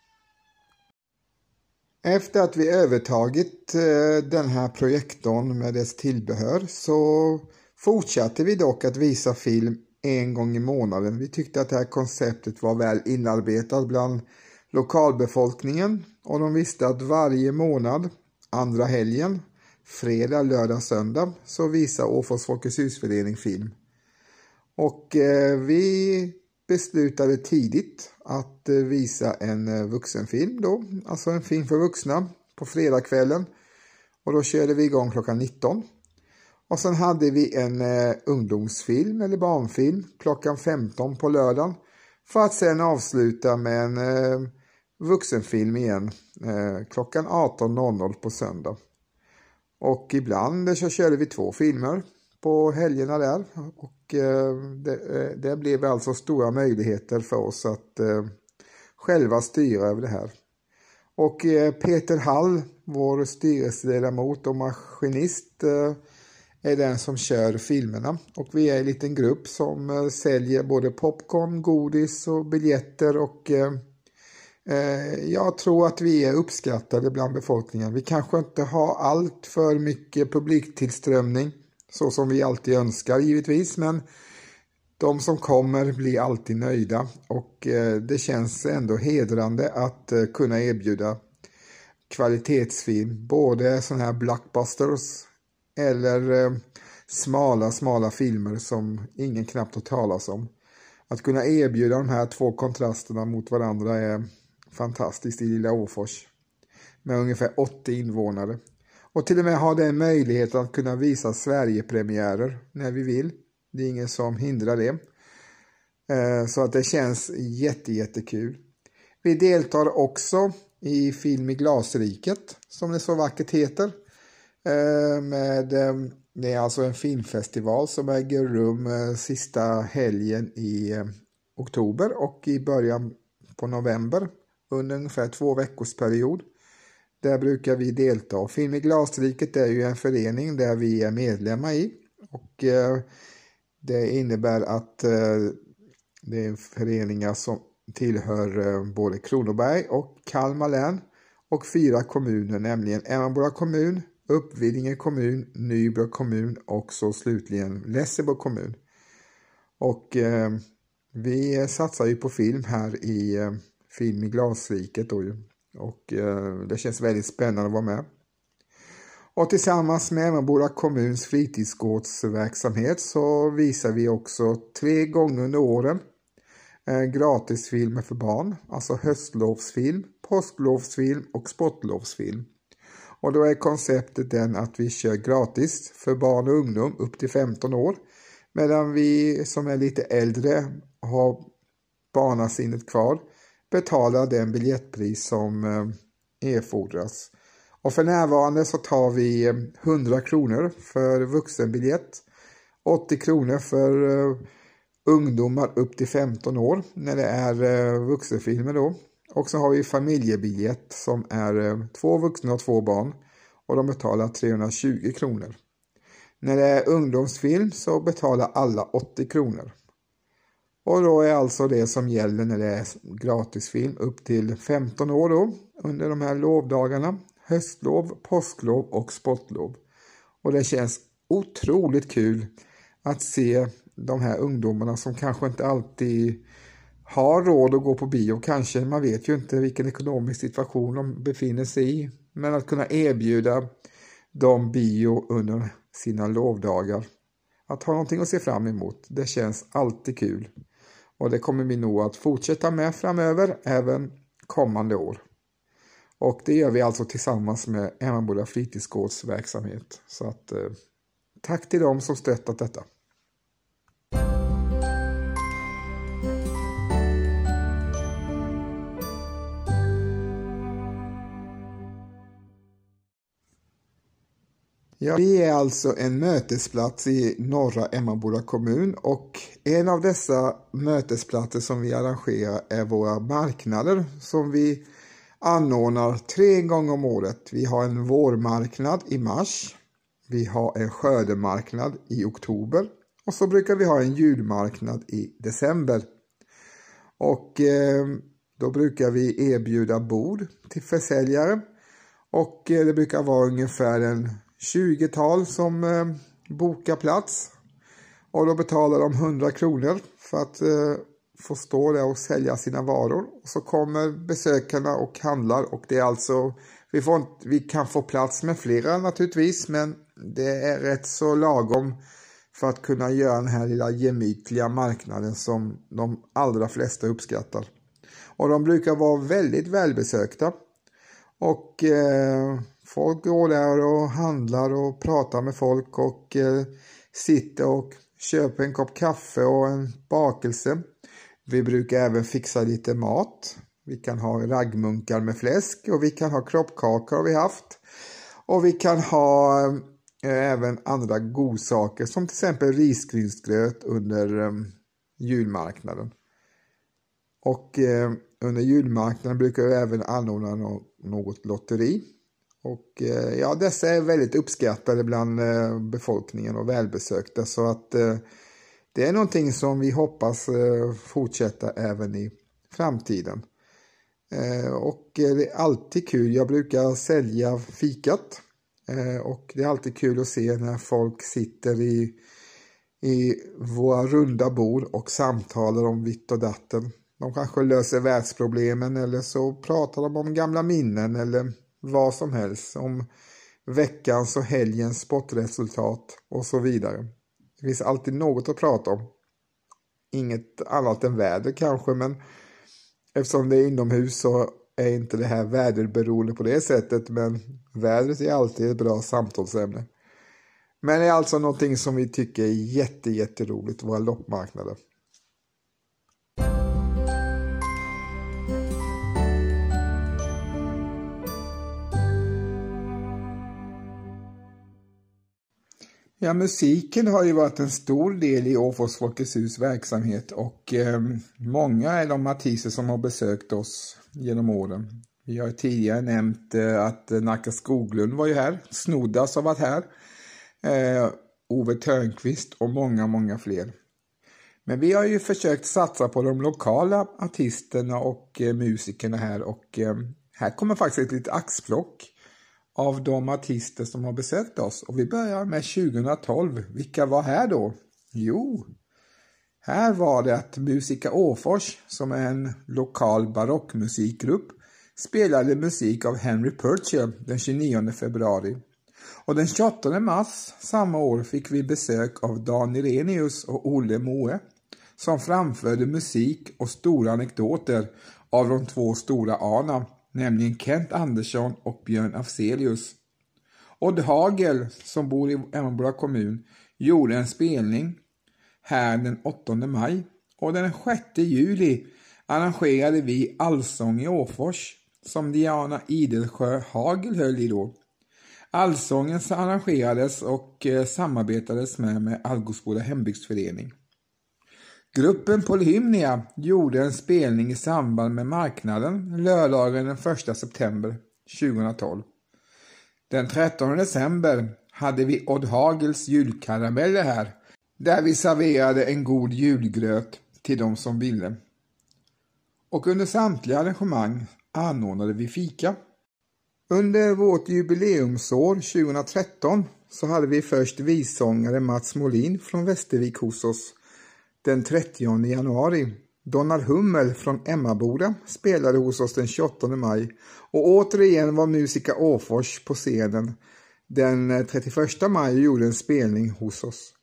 S1: Efter att vi övertagit den här projektorn med dess tillbehör så fortsatte vi dock att visa film en gång i månaden. Vi tyckte att det här konceptet var väl inarbetat bland lokalbefolkningen och de visste att varje månad, andra helgen, fredag, lördag, söndag så visar Åfors Folkets husförening film. Och vi beslutade tidigt att visa en vuxenfilm då, alltså en film för vuxna på fredagskvällen. Och då körde vi igång klockan 19. Och sen hade vi en ungdomsfilm eller barnfilm klockan 15 på lördagen. För att sen avsluta med en vuxenfilm igen klockan 18.00 på söndag. Och ibland så körde vi 2 filmer på helgerna där. Och det blev alltså stora möjligheter för oss att själva styra över det här. Och Peter Hall, vår styrelseledamot och maskinist, är den som kör filmerna. Och vi är en liten grupp som säljer både popcorn, godis och biljetter och Jag tror att vi är uppskattade bland befolkningen. Vi kanske inte har allt för mycket publiktillströmning så som vi alltid önskar givetvis, men de som kommer blir alltid nöjda och det känns ändå hedrande att kunna erbjuda kvalitetsfilm, både sådana här blockbusters eller smala filmer som ingen knappt har talas om. Att kunna erbjuda de här två kontrasterna mot varandra är fantastiskt i lilla Åfors med ungefär 80 invånare. Och till och med ha den möjligheten att kunna visa Sverigepremiärer när vi vill. Det är ingen som hindrar det. Så att det känns jättekul. Vi deltar också i Film i Glasriket, som det så vackert heter. Det är alltså en filmfestival som äger rum sista helgen i oktober och i början på november under ungefär 2 veckors period. Där brukar vi delta. Film i Glasriket är ju en förening där vi är medlemmar i och det innebär att det är föreningar som tillhör både Kronoberg och Kalmar län och 4 kommuner, nämligen Emmaboda kommun, Uppvidinge kommun, Nybro kommun och så slutligen Lessebo kommun. Och vi satsar ju på film här i Film i Glasriket då ju. Och det känns väldigt spännande att vara med. Och tillsammans med Emmaboda kommuns fritidsgårdsverksamhet så visar vi också 3 gånger under åren gratisfilmer för barn. Alltså höstlovsfilm, påsklovsfilm och sportlovsfilm. Och då är konceptet den att vi kör gratis för barn och ungdom upp till 15 år. Medan vi som är lite äldre har barnasinnet kvar betalar den biljettpris som erfordras. Och för närvarande så tar vi 100 kronor för vuxenbiljett, 80 kronor för ungdomar upp till 15 år när det är vuxenfilmer då. Och så har vi familjebiljett som är 2 vuxna och 2 barn och de betalar 320 kronor. När det är ungdomsfilm så betalar alla 80 kronor. Och då är alltså det som gäller när det är gratisfilm upp till 15 år då under de här lovdagarna. Höstlov, påsklov och sportlov. Och det känns otroligt kul att se de här ungdomarna som kanske inte alltid har råd att gå på bio. Kanske, man vet ju inte vilken ekonomisk situation de befinner sig i. Men att kunna erbjuda dem bio under sina lovdagar. Att ha någonting att se fram emot. Det känns alltid kul. Och det kommer vi nog att fortsätta med framöver, även kommande år. Och det gör vi alltså tillsammans med Emmaboda fritidsgårdsverksamhet. Så att tack till dem som stöttat detta. Ja, vi är alltså en mötesplats i norra Emmaboda kommun och en av dessa mötesplatser som vi arrangerar är våra marknader som vi anordnar 3 gånger om året. Vi har en vårmarknad i mars, vi har en skördemarknad i oktober och så brukar vi ha en julmarknad i december. Och då brukar vi erbjuda bord till försäljare och det brukar vara ungefär en 20-tal som bokar plats och då betalar de 100 kronor för att få stå där och sälja sina varor. Och så kommer besökarna och handlar och det är alltså, vi kan få plats med flera naturligtvis, men det är rätt så lagom för att kunna göra den här lilla gemytliga marknaden som de allra flesta uppskattar. Och de brukar vara väldigt välbesökta och folk går där och handlar och pratar med folk och sitter och köper en kopp kaffe och en bakelse. Vi brukar även fixa lite mat. Vi kan ha raggmunkar med fläsk och vi kan ha kroppkakor har vi haft. Och vi kan ha även andra godsaker som till exempel risgrynsgröt under julmarknaden. Och under julmarknaden brukar vi även anordna något lotteri. Och ja, dessa är väldigt uppskattade bland befolkningen och välbesökta så att det är någonting som vi hoppas fortsätta även i framtiden. Och det är alltid kul. Jag brukar sälja fikat. Och det är alltid kul att se när folk sitter i våra runda bord och samtalar om vitt och datten. De kanske löser världsproblemen eller så pratar de om gamla minnen eller vad som helst. Om veckans och helgens sportresultat och så vidare. Det finns alltid något att prata om. Inget annat än väder kanske, men eftersom det är inomhus så är inte det här väderberoende på det sättet, men vädret är alltid ett bra samtalsämne. Men det är alltså någonting som vi tycker är jätteroligt, våra loppmarknader. Ja, musiken har ju varit en stor del i Åfors Folkets hus verksamhet och många är de artister som har besökt oss genom åren. Vi har tidigare nämnt att Nacka Skoglund var ju här, Snoddas har varit här, Ove Törnqvist och många fler. Men vi har ju försökt satsa på de lokala artisterna och musikerna här och här kommer faktiskt ett litet axplock av de artister som har besökt oss. Och vi börjar med 2012. Vilka var här då? Jo, här var det att Musica Åfors, som är en lokal barockmusikgrupp, spelade musik av Henry Purcell den 29 februari. Och den 28 mars samma år fick vi besök av Dan Irenius och Olle Moe, som framförde musik och stora anekdoter av de två stora Ana, nämligen Kent Andersson och Björn Afzelius. Odd Hagel, som bor i Emmaboda kommun, gjorde en spelning här den 8 maj. Och den 6 juli arrangerade vi Allsång i Åfors, som Diana Idelsjö Hagel höll i då. Allsången arrangerades och samarbetades med Algusboda hembygdsförening. Gruppen Polyhymnia gjorde en spelning i samband med marknaden lördagen den 1 september 2012. Den 13 december hade vi Odd Hagels julkarameller här, där vi serverade en god julgröt till de som ville. Och under samtliga arrangemang anordnade vi fika. Under vårt jubileumsår 2013 så hade vi först vissångare Mats Molin från Västervik hos oss. Den 30 januari. Donald Hummel från Emmaboda spelade hos oss den 28 maj. Och återigen var Musica Åfors på scenen. Den 31 maj gjorde en spelning hos oss.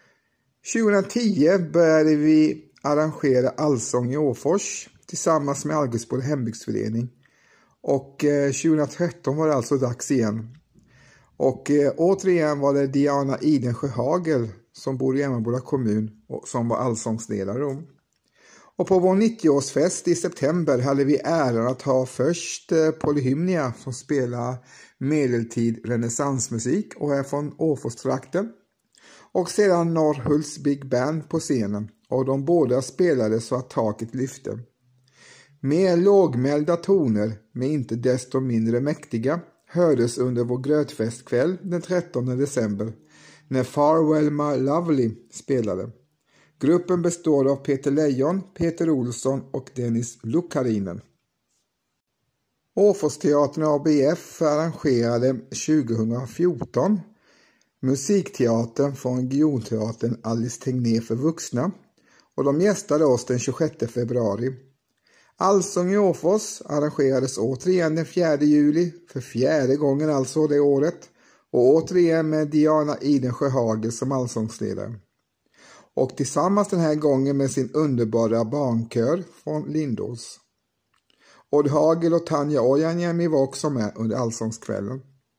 S1: 2010 började vi arrangera Allsång i Åfors tillsammans med Algusboda hembygdsförening. Och 2013 var det alltså dags igen. Och återigen var det Diana Idensjö Hagel som bor i Emmaboda kommun och som var allsångsledare. Och på vår 90-årsfest i september hade vi äran att ha först Polyhymnia som spelar medeltid renässansmusik och är från Åforstrakten. Och sedan Norrhults Big Band på scenen, och de båda spelade så att taket lyfte. Mer lågmälda toner, men inte desto mindre mäktiga, hördes under vår grötfestkväll den 13 december när Farewell My Lovely spelade. Gruppen består av Peter Lejon, Peter Olsson och Dennis Lukarinen. Åforsteatern ABF arrangerade 2014 musikteatern från regionteatern Alice Tegnér för vuxna, och de gästade oss den 26 februari. Allsång i Åfors arrangerades återigen den 4 juli, för 4:e gången alltså det året, och återigen med Diana Idensjö Hagel som allsångsledare. Och tillsammans den här gången med sin underbara barnkör från Lindås. Odd Hagel och Tanja Ojaniemi var också med under allsångskvällen.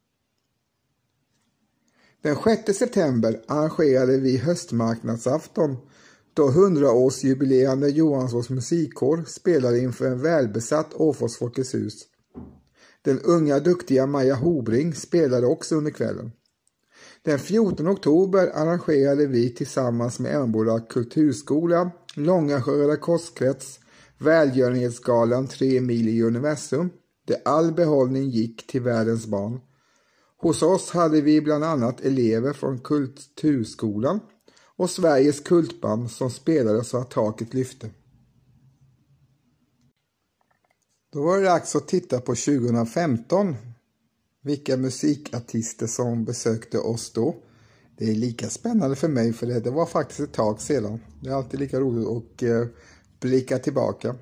S1: Den 6 september arrangerade vi höstmarknadsafton, då 100-årsjubilerande Johansås musikkår spelade inför en välbesatt Åfors Folkets hus. Den unga duktiga Maja Hobring spelade också under kvällen. Den 14 oktober arrangerade vi tillsammans med Emmaboda kulturskola, Långasjö Röda Korskrets, välgörenhetsgalan 3 mil i universum, där all behållning gick till världens barn. Hos oss hade vi bland annat elever från kulturskolan och Sveriges kultband som spelade så att taket lyfte. Då var det dags att titta på 2015. Vilka musikartister som besökte oss då. Det är lika spännande för mig för det var faktiskt ett tag sedan. Det är alltid lika roligt att blicka tillbaka.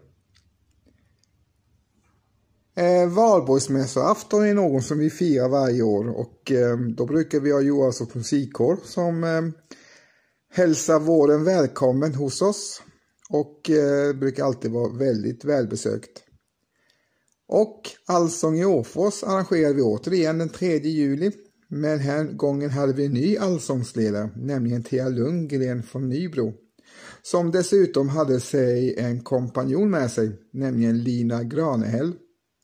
S1: Valborgsmässoafton är någon som vi firar varje år och då brukar vi ha Johanssons musikkår som hälsar våren välkommen hos oss och brukar alltid vara väldigt välbesökt. Och Allsång i Åfors arrangerar vi återigen den 3 juli, men här gången hade vi en ny allsångsledare, nämligen Thea Lundgren från Nybro, som dessutom hade sig en kompanjon med sig, nämligen Lina Granehäll.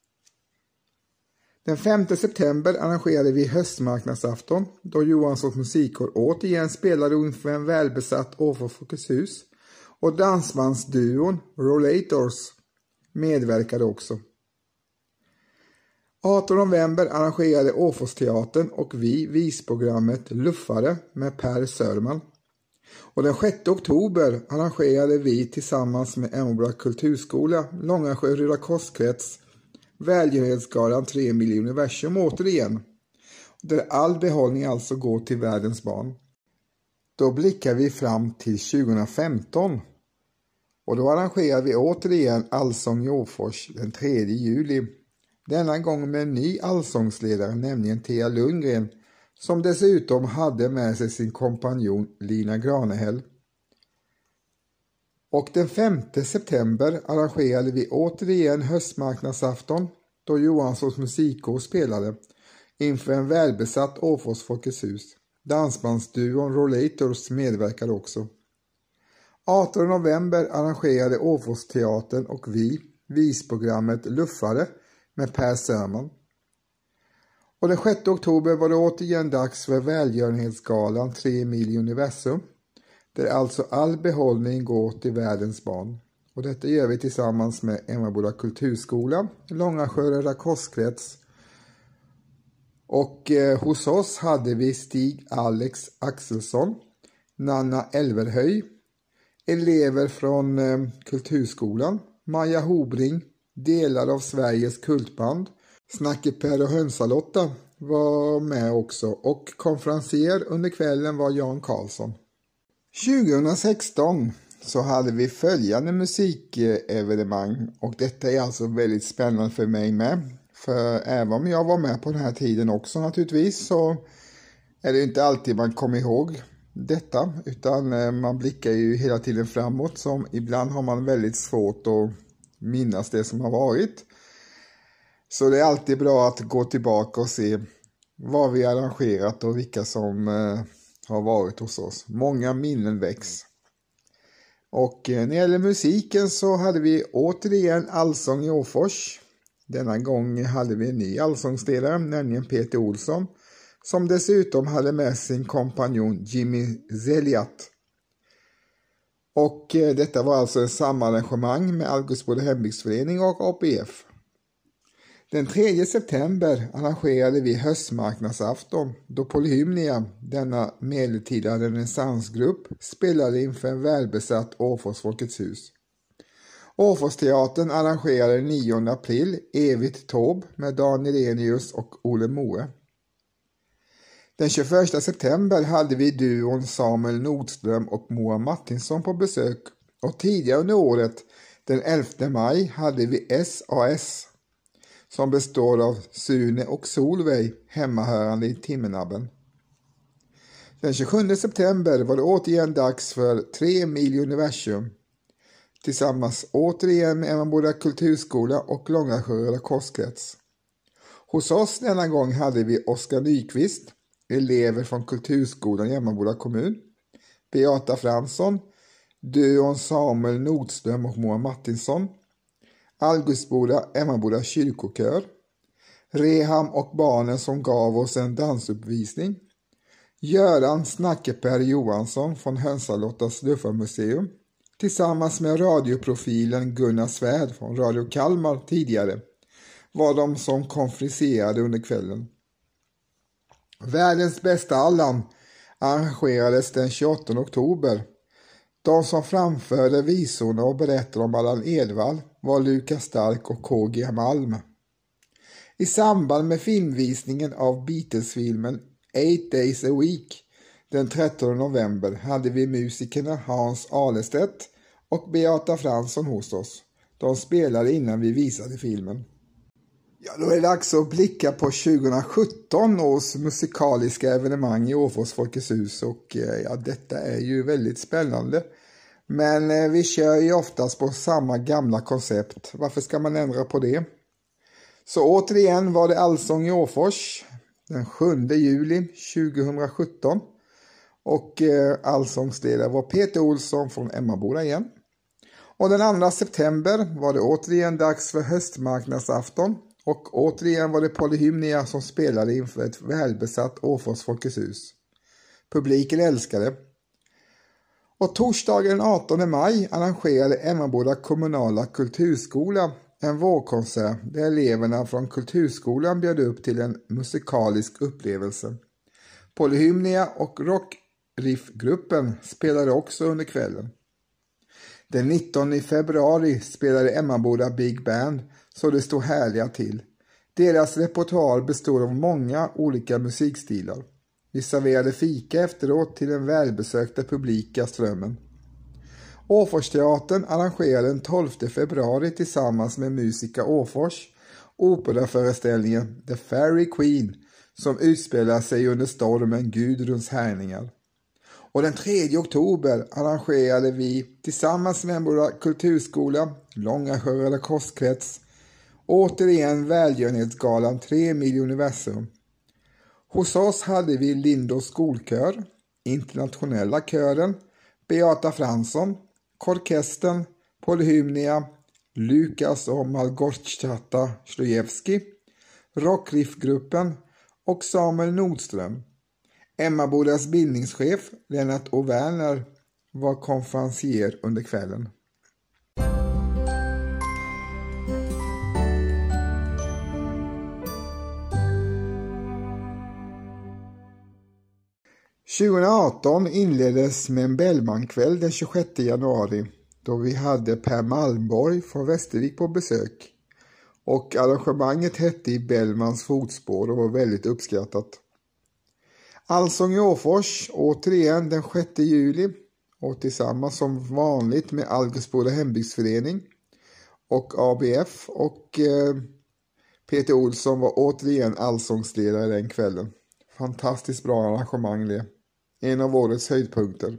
S1: Den 5 september arrangerade vi höstmarknadsafton då Johanssons musikkår återigen spelade inför en välbesatt Åfors Folkets hus och dansbandsduon Rollators medverkade också. 18 november arrangerade Åforsteatern och vi visprogrammet Luffare med Per Sörman. Och den 6 oktober arrangerade vi tillsammans med Emmaboda kulturskola, Långasjö Röda Korskrets, välgörenhetsgalan 3 miljoner universum återigen. Där all behållning alltså går till världens barn. Då blickar vi fram till 2015. Och då arrangerar vi återigen Allsång i Åfors den 3 juli. Denna gång med en ny allsångsledare, nämligen Thea Lundgren, som dessutom hade med sig sin kompanjon Lina Granehäll. Och den 5 september arrangerade vi återigen höstmarknadsafton då Johanssons musikkår spelade inför en välbesatt Åfors Folkets hus. Dansbandsduon Rollators medverkade också. 18 november arrangerade Åforsteatern och vi visprogrammet Luffare med Per Sörman. Och den 6 oktober var det återigen dags för välgörenhetsgalan 3 miljoner universum, där alltså all behållning går till världens barn. Och detta gör vi tillsammans med Emmaboda kulturskola, Långasjö Röda Korskrets. Och hos oss hade vi Stig Alex Axelsson, Nanna Elverhöj, elever från kulturskolan, Maja Hobring, delar av Sveriges kultband, Snacke Per och Hönsalotta var med också och konferencier under kvällen var Jan Karlsson. 2016 så hade vi följande musikevenemang och detta är alltså väldigt spännande för mig med. För även om jag var med på den här tiden också naturligtvis så är det inte alltid man kommer ihåg detta utan man blickar ju hela tiden framåt, som ibland har man väldigt svårt att minnas det som har varit. Så det är alltid bra att gå tillbaka och se vad vi har arrangerat och vilka som har varit hos oss. Många minnen väcks. Och när det gäller musiken så hade vi återigen Allsång i Åfors. Denna gång hade vi en ny allsångsledare, nämligen Peter Olsson, som dessutom hade med sin kompanjon Jimmy Zeliat. Och detta var alltså ett samarrangemang med Augustboda hembygdsförening och APF. Den 3 september arrangerade vi höstmarknadsafton då Polyhymnia, denna medeltida renässansgrupp, spelade inför en välbesatt Åfors Folkets hus. Åforsteatern arrangerade 9 april Evigt Tåb med Dan Irenius och Ole Moe. Den 21 september hade vi duon Samuel Nordström och Moa Martinsson på besök och tidigare under året, den 11 maj, hade vi SAS som består av Sune och Solveig, hemmahörande i Timmenabben. Den 27 september var det återigen dags för 3 miljoner universum tillsammans återigen med Emmaboda kulturskola och Långasjö Röda Korskrets. Hos oss denna gång hade vi Oskar Nyqvist, elever från kulturskolan i Emmaboda kommun, Beata Fransson, duon Samuel Nordström och Moa Martinsson, Augustboda Emmaboda kyrkokör, Reham och barnen som gav oss en dansuppvisning, Göran Snackeper Johansson från Hönsalottas Luffarmuseum tillsammans med radioprofilen Gunnar Svärd från Radio Kalmar tidigare var de som konferenserade under kvällen. Världens bästa Allan arrangerades den 28 oktober De som framförde visorna och berättade om Allan Edwall var Lukas Stark och KG Malm. I samband med filmvisningen av Beatles-filmen 8 Days a Week den 13 november hade vi musikerna Hans Alestedt och Beata Fransson hos oss. De spelade innan vi visade filmen. Ja, då är det dags att blicka på 2017 års musikaliska evenemang i Åfors Folkets hus och ja, detta är ju väldigt spännande. Men vi kör ju oftast på samma gamla koncept. Varför ska man ändra på det? Så återigen var det Allsång i Åfors den 7 juli 2017. Och allsångsledare var Peter Olsson från Emmaboda igen. Och den 2 september var det återigen dags för höstmarknadsafton. Och återigen var det Polyhymnia som spelade inför ett välbesatt Åfors Folkets hus. Publiken älskade. Och torsdagen den 18 maj arrangerade Emmaboda kommunala kulturskola en vårkonsert där eleverna från kulturskolan bjöd upp till en musikalisk upplevelse. Polyhymnia och rockriffgruppen spelade också under kvällen. Den 19 februari spelade Emmaboda Big Band så det stod härliga till. Deras repertoar består av många olika musikstilar. Vi serverade fika efteråt till den välbesökta publika strömmen. Åforsteatern arrangerade den 12 februari tillsammans med Musika Åfors operaföreställningen The Fairy Queen som utspelar sig under stormen Gudruns härningar. Och den 3 oktober arrangerade vi tillsammans med Emmaboda kulturskola, Långasjö Röda Korskrets, återigen välgörenhetsgalan 3 mil universum. Hos oss hade vi Lindås skolkör, internationella kören, Beata Fransson, Korkestern, Polyhymnia, Lukas och Malgorzata Slojewski, Rockriffgruppen och Samuel Nordström. Emmabodas bildningschef Lennart O'Werner var konferencier under kvällen. –2018 inleddes med en Bellmankväll den 26 januari då vi hade Per Malmborg från Västervik på besök. Och arrangemanget hette I Bellmans fotspår och var väldigt uppskattat. Allsång i Åfors återigen den 6 juli och tillsammans som vanligt med Algusboda hembygdsförening och ABF och Peter Olsson var återigen allsångsledare den kvällen. Fantastiskt bra arrangemang det. En av årets höjdpunkter.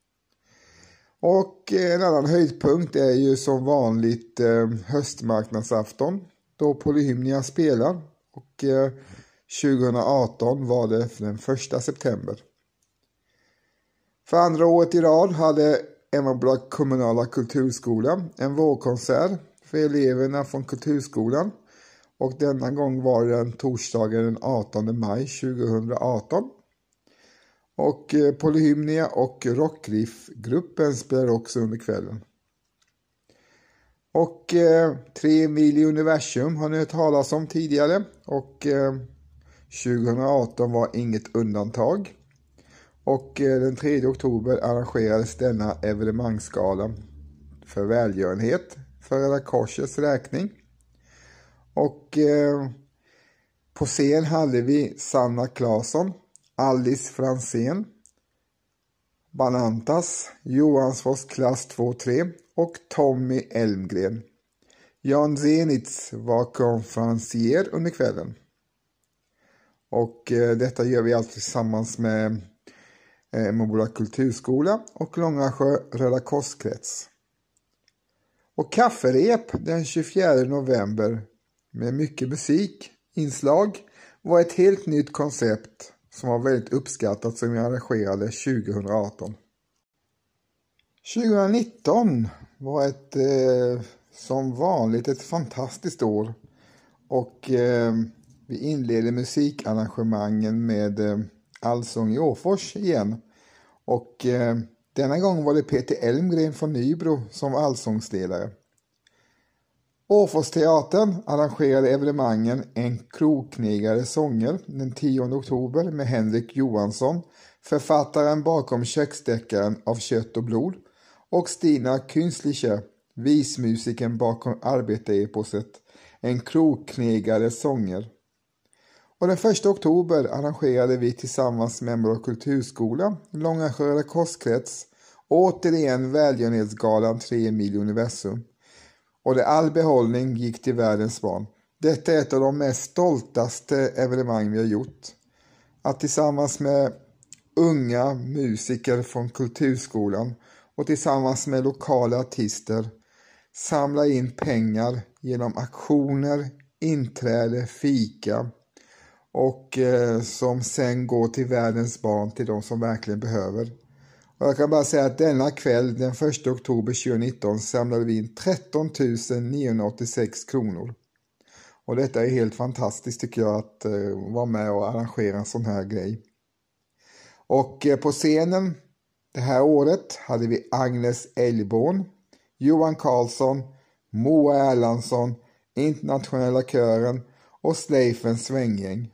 S1: Och en annan höjdpunkt är ju som vanligt höstmarknadsafton då Polyhymnia spelar och 2018 var det den 1 september. För andra året i rad hade Emmaboda kommunala kulturskola en vårkonsert för eleverna från kulturskolan och denna gång var det den torsdagen den 18 maj 2018. Och Polyhymnia och rockriffgruppen spelar också under kvällen. Och 3 mil universum har ni hört talas om tidigare och 2018 var inget undantag. Och den 3 oktober arrangerades denna evenemangsgala för välgörenhet för Röda Korsets räkning. Och på scen hade vi Sanna Claesson, Alice Fransén, Banantas, Johansfors klass 2-3 och Tommy Elmgren. Jan Zenitz var konferencier under kvällen. Och detta gör vi alltid tillsammans med Emmaboda kulturskola och Långasjö Röda Korskrets. Och kafferep den 24 november med mycket musik, inslag var ett helt nytt koncept som var väldigt uppskattat som vi arrangerade 2018. 2019 var ett som vanligt ett fantastiskt år och vi inledde musikarrangemangen med Allsång i Åfors igen och denna gång var det Peter Elmgren från Nybro som var allsångsledare. Åforsteatern arrangerade evenemangen En kroknegare sånger den 10 oktober med Henrik Johansson, författaren bakom köksdeckaren Av kött och blod, och Stina Künstliche, vismusiken bakom arbetareposet En krogknegares sånger. Och den 1 oktober arrangerade vi tillsammans med Member kulturskola, Långasjö Röda korskrets, återigen välgörenhetsgalan 3 mil universum. Och det all behållning gick till världens barn. Detta är ett av de mest stoltaste evenemang vi har gjort. Att tillsammans med unga musiker från kulturskolan och tillsammans med lokala artister samla in pengar genom aktioner, inträde, fika och som sen går till världens barn, till de som verkligen behöver. Och jag kan bara säga att denna kväll den 1 oktober 2019 samlade vi in 13 986 kronor. Och detta är helt fantastiskt tycker jag, att vara med och arrangera en sån här grej. Och på scenen det här året hade vi Agnes Älgborn, Johan Karlsson, Moa Erlandsson, Internationella kören och Sleifens svänggäng.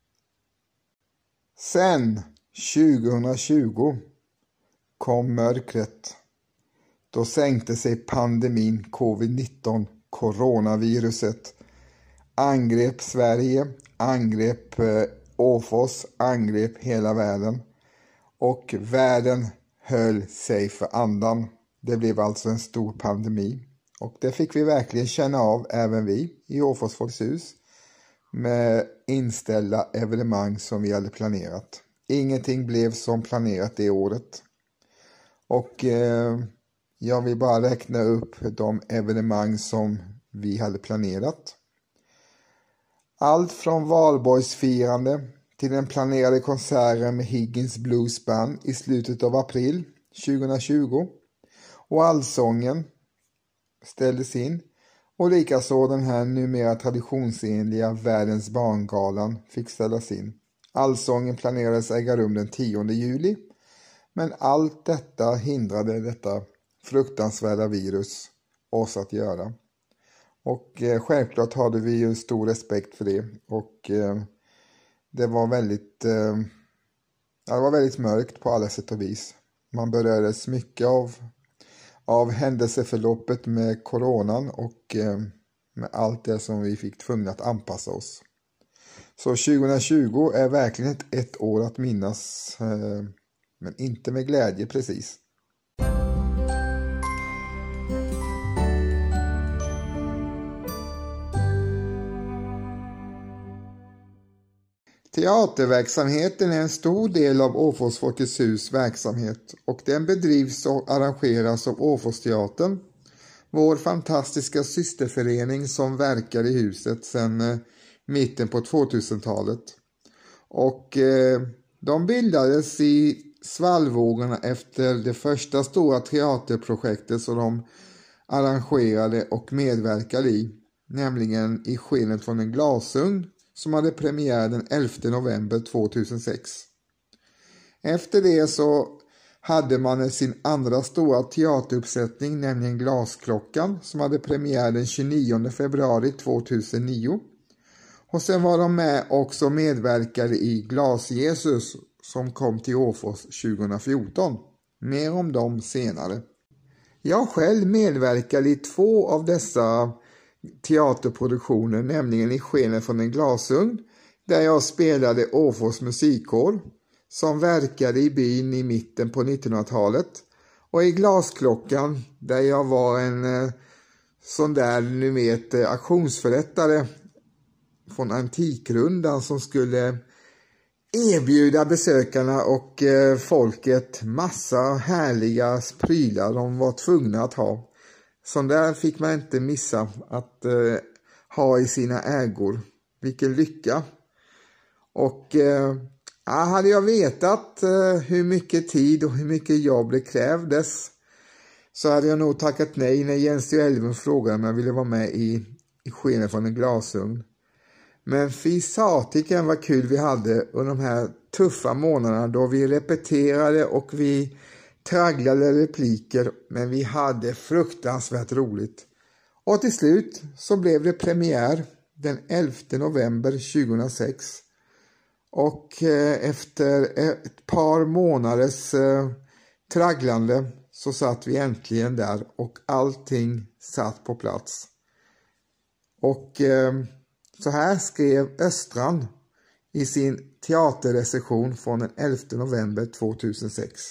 S1: Sen 2020 kom mörkret. Då sänkte sig pandemin covid-19, coronaviruset. Angrep Sverige, angrep Åfors, angrep hela världen. Och världen höll sig för andan. Det blev alltså en stor pandemi. Och det fick vi verkligen känna av, även vi i Åfors Folkets hus. Med inställda evenemang som vi hade planerat. Ingenting blev som planerat det året. Och jag vill bara räkna upp de evenemang som vi hade planerat. Allt från valborgsfirande till den planerade konserten med Higgins Blues Band i slutet av april 2020. Och allsången ställdes in. Och likaså den här numera traditionsenliga Världens barngalan fick ställas in. Allsången planerades äga rum den 10 juli. Men allt detta hindrade detta fruktansvärda virus oss att göra. Och självklart hade vi ju stor respekt för det. Och det var väldigt mörkt på alla sätt och vis. Man berördes mycket av händelseförloppet med coronan och med allt det som vi fick tvungna att anpassa oss. Så 2020 är verkligen ett år att minnas, men inte med glädje precis. Teaterverksamheten är en stor del av Åfors Folkets hus verksamhet och den bedrivs och arrangeras av Åforsteatern, vår fantastiska systerförening som verkar i huset sedan mitten på 2000-talet. Och de bildades i svallvågorna efter det första stora teaterprojektet som de arrangerade och medverkade i, nämligen I skenet från en glasugn, som hade premiär den 11 november 2006. Efter det så hade man sin andra stora teateruppsättning, nämligen Glasklockan, som hade premiär den 29 februari 2009. Och sen var de med också medverkade i Glas-Jesus som kom till Åfors 2014. Mer om dem senare. Jag själv medverkade i 2 av dessa teaterproduktioner, nämligen I skenet från en glasugn, där jag spelade Åfors musikkår som verkade i byn i mitten på 1900-talet, och i Glasklockan där jag var en sån där aktionsförrättare från Antikrundan som skulle erbjuda besökarna och folket massa härliga prylar de var tvungna att ha. Sån där fick man inte missa att ha i sina ägor. Vilken lycka. Och hade jag vetat hur mycket tid och hur mycket jobb det krävdes, så hade jag nog tackat nej när Jens och Elven frågade om jag ville vara med i skenet från en glasugn. Men fy satiken vad kul vi hade under de här tuffa månaderna då vi repeterade och vi tragglade repliker, men vi hade fruktansvärt roligt. Och till slut så blev det premiär den 11 november 2006. Och efter ett par månaders tragglande så satt vi äntligen där och allting satt på plats. Och så här skrev Östrand i sin teaterrecension från den 11 november 2006.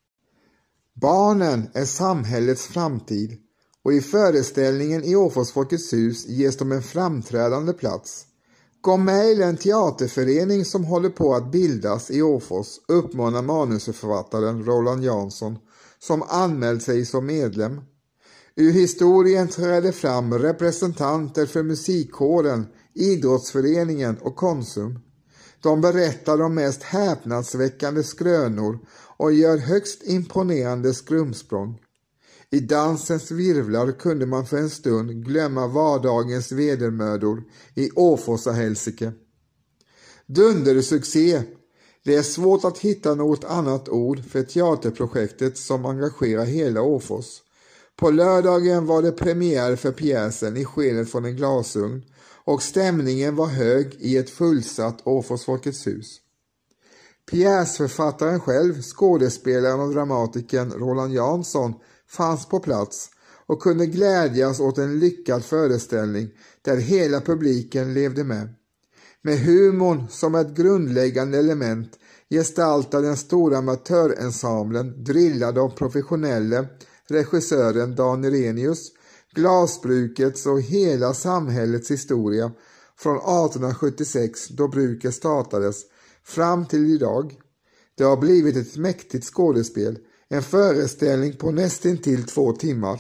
S1: Barnen är samhällets framtid och i föreställningen i Åfors Folkets hus ges de en framträdande plats. Gå med i den teaterförening som håller på att bildas i Åfors, uppmanar manusförfattaren Roland Jansson som anmält sig som medlem. Ur historien träder fram representanter för musikkåren, idrottsföreningen och Konsum. De berättar de mest häpnadsväckande skrönor och gör högst imponerande skrumsprång. I dansens virvlar kunde man för en stund glömma vardagens vedermödor i Åforsa helsike. Dundersuccé! Det är svårt att hitta något annat ord för teaterprojektet som engagerar hela Åfors. På lördagen var det premiär för pjäsen I skenet från en glasugn och stämningen var hög i ett fullsatt Åfors Folkets hus. Pjäsförfattaren själv, skådespelaren och dramatikern Roland Jansson, fanns på plats och kunde glädjas åt en lyckad föreställning där hela publiken levde med. Med humorn som ett grundläggande element gestaltar den stora amatörensemblen drillad av professionella regissören Dan Irenius, glasbrukets och hela samhällets historia från 1876 då bruket startades fram till idag. Det har blivit ett mäktigt skådespel, en föreställning på nästintill 2 timmar.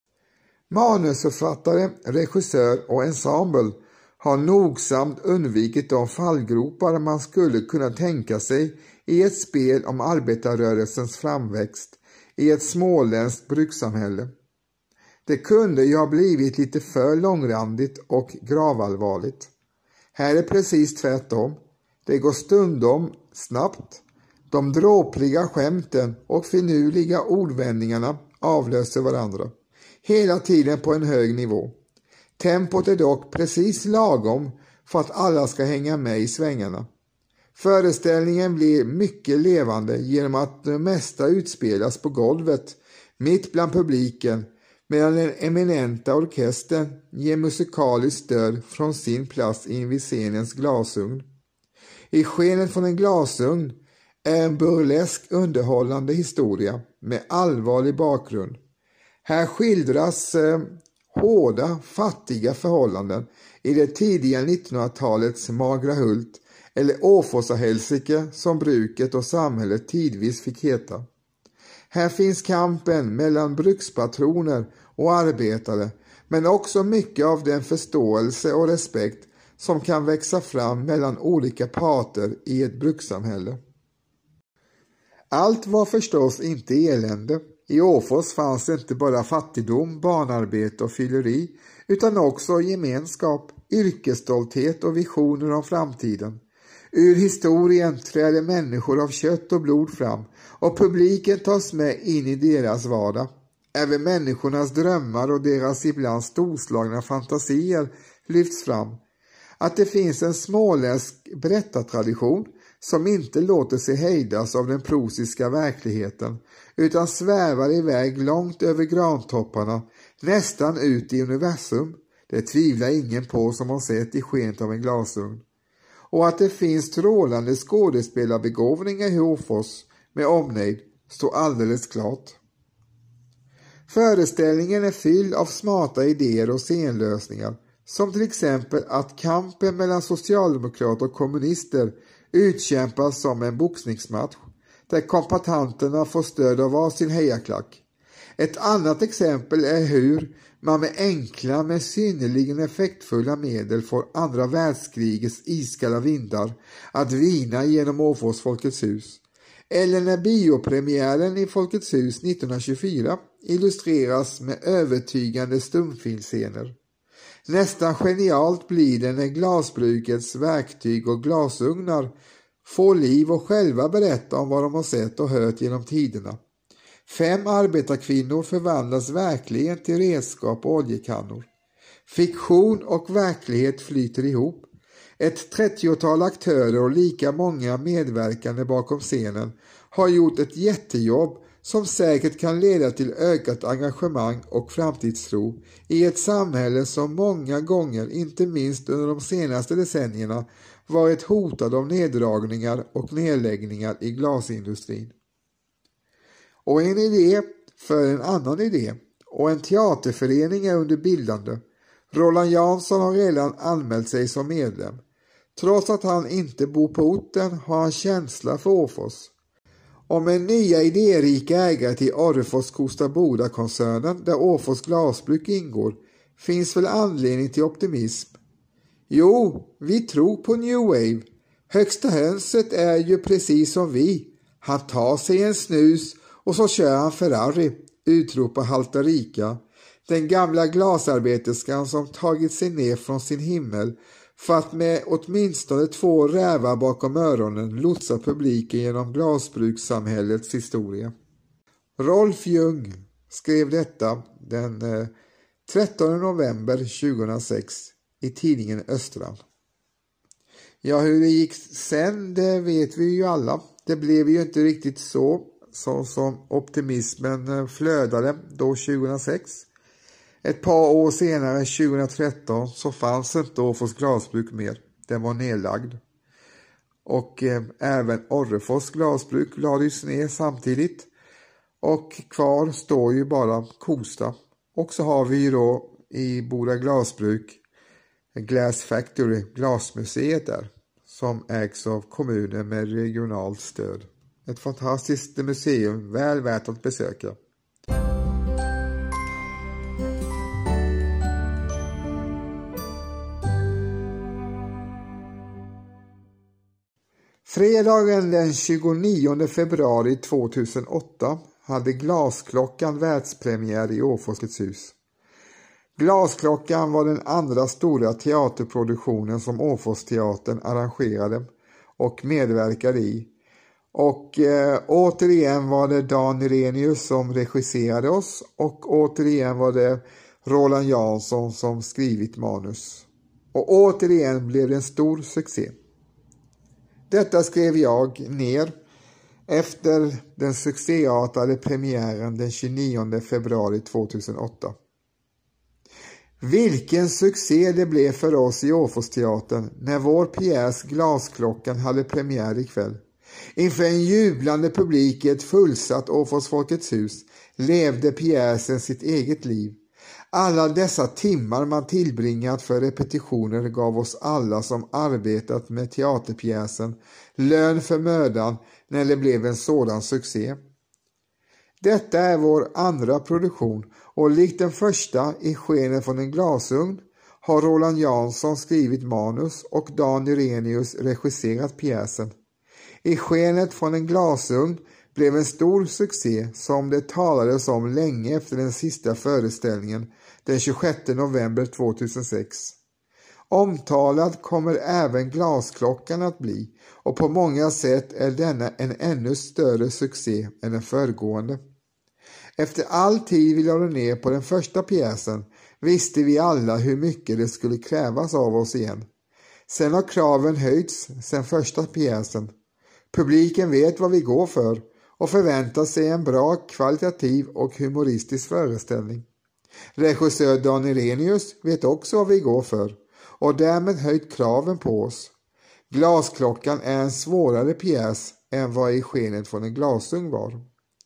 S1: Manusförfattare, regissör och ensemble har nogsamt undvikit de fallgropar man skulle kunna tänka sig i ett spel om arbetarrörelsens framväxt i ett småländskt brukssamhälle. Det kunde ju ha blivit lite för långrandigt och gravallvarligt. Här är precis tvärtom. Det går stundom snabbt. De dråpliga skämten och finurliga ordvändningarna avlöser varandra. Hela tiden på en hög nivå. Tempot är dock precis lagom för att alla ska hänga med i svängarna. Föreställningen blir mycket levande genom att det mesta utspelas på golvet, mitt bland publiken, medan den eminenta orkestern ger musikaliskt stöd från sin plats invid scenens glasugn. I skenet från en glasugn är en burlesk underhållande historia med allvarlig bakgrund. Här skildras hårda, fattiga förhållanden i det tidiga 1900-talets magra hult eller Åforsa helsike som bruket och samhället tidvis fick heta. Här finns kampen mellan brukspatroner och arbetare, men också mycket av den förståelse och respekt som kan växa fram mellan olika parter i ett brukssamhälle. Allt var förstås inte elände. I Åfors fanns inte bara fattigdom, barnarbete och fylleri, utan också gemenskap, yrkesstolthet och visioner om framtiden. Ur historien träder människor av kött och blod fram och publiken tas med in i deras vardag. Även människornas drömmar och deras ibland storslagna fantasier lyfts fram. Att det finns en småländsk berättartradition som inte låter sig hejdas av den prosiska verkligheten utan svävar iväg långt över grantopparna, nästan ut i universum. Det tvivlar ingen på som har sett I skenet av en glasugn. Och att det finns strålande skådespelarbegåvningar i Åfors med omnejd står alldeles klart. Föreställningen är fylld av smarta idéer och scenlösningar, som till exempel att kampen mellan socialdemokrater och kommunister utkämpas som en boxningsmatch, där kombattanterna får stöd av varsin hejaklack. Ett annat exempel är hur man med enkla men synnerligen effektfulla medel får andra världskrigets iskalla vindar att vina genom Åfors Folkets hus. Eller när biopremiären i Folkets hus 1924 illustreras med övertygande stumfilmscener. Nästan genialt blir det när glasbrukets verktyg och glasugnar får liv och själva berätta om vad de har sett och hört genom tiderna. 5 arbetarkvinnor förvandlas verkligen till redskap och oljekannor. Fiktion och verklighet flyter ihop. Ett 30-tal aktörer och lika många medverkande bakom scenen har gjort ett jättejobb som säkert kan leda till ökat engagemang och framtidstro i ett samhälle som många gånger, inte minst under de senaste decennierna, varit hotad av neddragningar och nedläggningar i glasindustrin. Och en idé för en annan idé, och en teaterförening är under bildande. Roland Jansson har redan anmält sig som medlem. Trots att han inte bor på orten har han känsla för Åfors. Och med nya idérika ägare till Orrefors Kosta Boda-koncernen där Åfors glasbruk ingår finns väl anledning till optimism. Jo, vi tror på New Wave. Högsta hönset är ju precis som vi. Han tar sig en snus och så kör han Ferrari, utropar Haltarika, den gamla glasarbeterskan som tagit sig ner från sin himmel för att med åtminstone 2 rävar bakom öronen lotsa publiken genom glasbrukssamhällets historia. Rolf Ljung skrev detta den 13 november 2006 i tidningen Östran. Ja, hur det gick sen, det vet vi ju alla. Det blev ju inte riktigt så som optimismen flödade då 2006. Ett par år senare, 2013, så fanns inte Åfors glasbruk mer. Den var nedlagd. Och även Orrefors glasbruk lades ner samtidigt. Och kvar står ju bara Kosta. Och så har vi då i Boda glasbruk Glass Factory, glasmuseet där, som ägs av kommunen med regionalt stöd. Ett fantastiskt museum, väl värt att besöka. Fredagen den 29 februari 2008 hade Glasklockan världspremiär i Åforsets hus. Glasklockan var den andra stora teaterproduktionen som Åforsteatern arrangerade och medverkade i. Och återigen var det Dan Irenius som regisserade oss och återigen var det Roland Jansson som skrivit manus. Och återigen blev det en stor succé. Detta skrev jag ner efter den succéartade premiären den 29 februari 2008. Vilken succé det blev för oss i Åforsteatern när vår pjäs Glasklockan hade premiär ikväll. Inför en jublande publik i ett fullsatt Åfors Folkets hus levde pjäsen sitt eget liv. Alla dessa timmar man tillbringat för repetitioner gav oss alla som arbetat med teaterpjäsen lön för mödan när det blev en sådan succé. Detta är vår andra produktion och likt den första i Skenet från en glasugn har Roland Jansson skrivit manus och Dan Irenius regisserat pjäsen. I Skenet från en glasugn blev en stor succé som det talades om länge efter den sista föreställningen den 26 november 2006. Omtalad kommer även Glasklockan att bli och på många sätt är denna en ännu större succé än den föregående. Efter all tid vi lade ner på den första pjäsen visste vi alla hur mycket det skulle krävas av oss igen. Sen har kraven höjts sen första pjäsen. Publiken vet vad vi går för och förväntar sig en bra, kvalitativ och humoristisk föreställning. Regissör Dan Irenius vet också vad vi går för och därmed höjt kraven på oss. Glasklockan är en svårare pjäs än vad i Skenet från en glasugn var.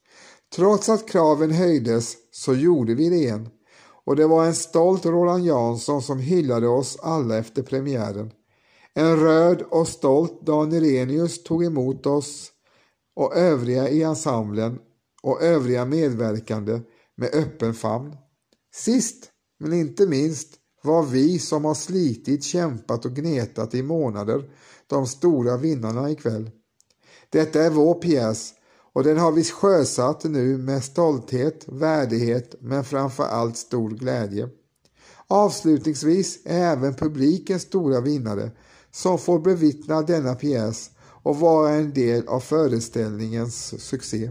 S1: Trots att kraven höjdes så gjorde vi det igen och det var en stolt Roland Jansson som hyllade oss alla efter premiären. En röd och stolt Dan Irenius tog emot oss och övriga i ensemblen och övriga medverkande med öppen famn. Sist men inte minst var vi som har slitit, kämpat och gnetat i månader de stora vinnarna ikväll. Detta är vår pjäs och den har vi sjösatt nu med stolthet, värdighet men framför allt stor glädje. Avslutningsvis är även publiken stora vinnare som får bevittna denna pjäs och vara en del av föreställningens succé.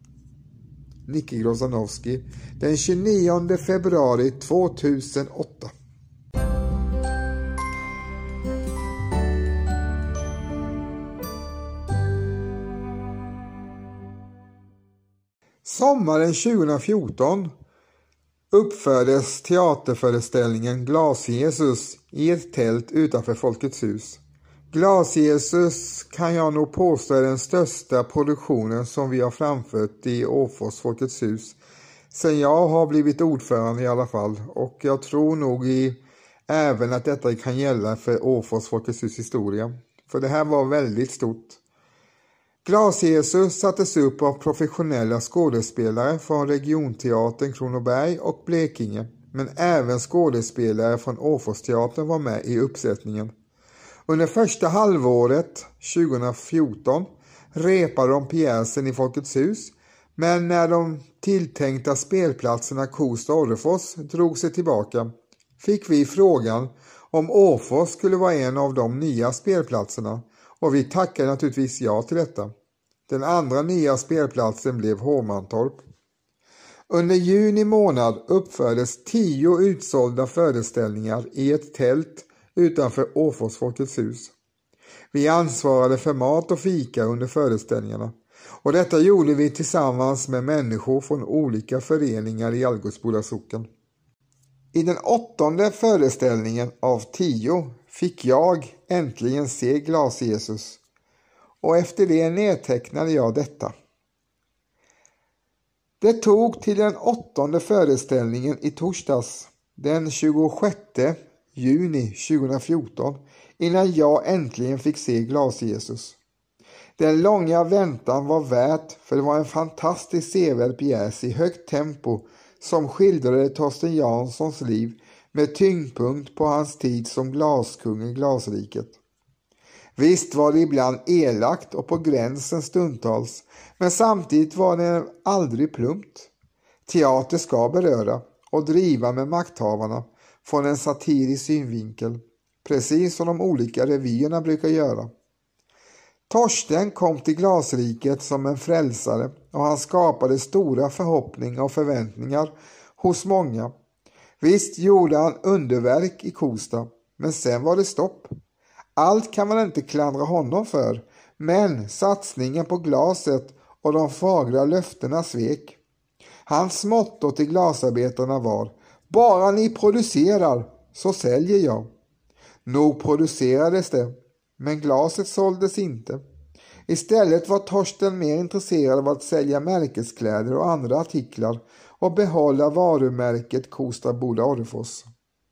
S1: Nicke Grozanowski, den 29 februari 2008. Sommaren 2014 uppfördes teaterföreställningen Glas-Jesus i ett tält utanför Folkets hus. Glas-Jesus kan jag nog påstå är den största produktionen som vi har framfört i Åfors Folkets hus. Sen jag har blivit ordförande i alla fall, och jag tror nog även att detta kan gälla för Åfors Folkets hus historia. För det här var väldigt stort. Glas-Jesus sattes upp av professionella skådespelare från regionteatern Kronoberg och Blekinge, men även skådespelare från Åforsteatern var med i uppsättningen. Under första halvåret 2014 repade de pjäsen i Folkets hus, men när de tilltänkta spelplatserna Kosta och Orrefors drog sig tillbaka fick vi frågan om Åfors skulle vara en av de nya spelplatserna, och vi tackade naturligtvis ja till detta. Den andra nya spelplatsen blev Hovmantorp. Under juni månad uppfördes 10 utsålda föreställningar i ett tält utanför Åfors Folkets hus. Vi ansvarade för mat och fika under föreställningarna, och detta gjorde vi tillsammans med människor från olika föreningar i Algutsboda socken. I den 8:e föreställningen av 10 fick jag äntligen se Glas-Jesus, och efter det nedtecknade jag detta. Det tog till den 8:e föreställningen i torsdags, den 26 juni 2014, innan jag äntligen fick se Glas-Jesus. Den långa väntan var värt, för det var en fantastiskt sevärd pjäs i högt tempo som skildrade Torsten Janssons liv med tyngdpunkt på hans tid som glaskung i Glasriket. Visst var det ibland elakt och på gränsen stundtals, men samtidigt var det aldrig plumpt. Teater ska beröra och driva med makthavarna från en satirisk synvinkel, precis som de olika revyerna brukar göra. Torsten kom till Glasriket som en frälsare, och han skapade stora förhoppningar och förväntningar hos många. Visst gjorde han underverk i Kosta, men sen var det stopp. Allt kan man inte klandra honom för, men satsningen på glaset och de fagra löftena svek. Hans motto till glasarbetarna var: bara ni producerar så säljer jag. Nog producerades det, men glaset såldes inte. Istället var Torsten mer intresserad av att sälja märkeskläder och andra artiklar och behålla varumärket Kosta Boda Orrefors.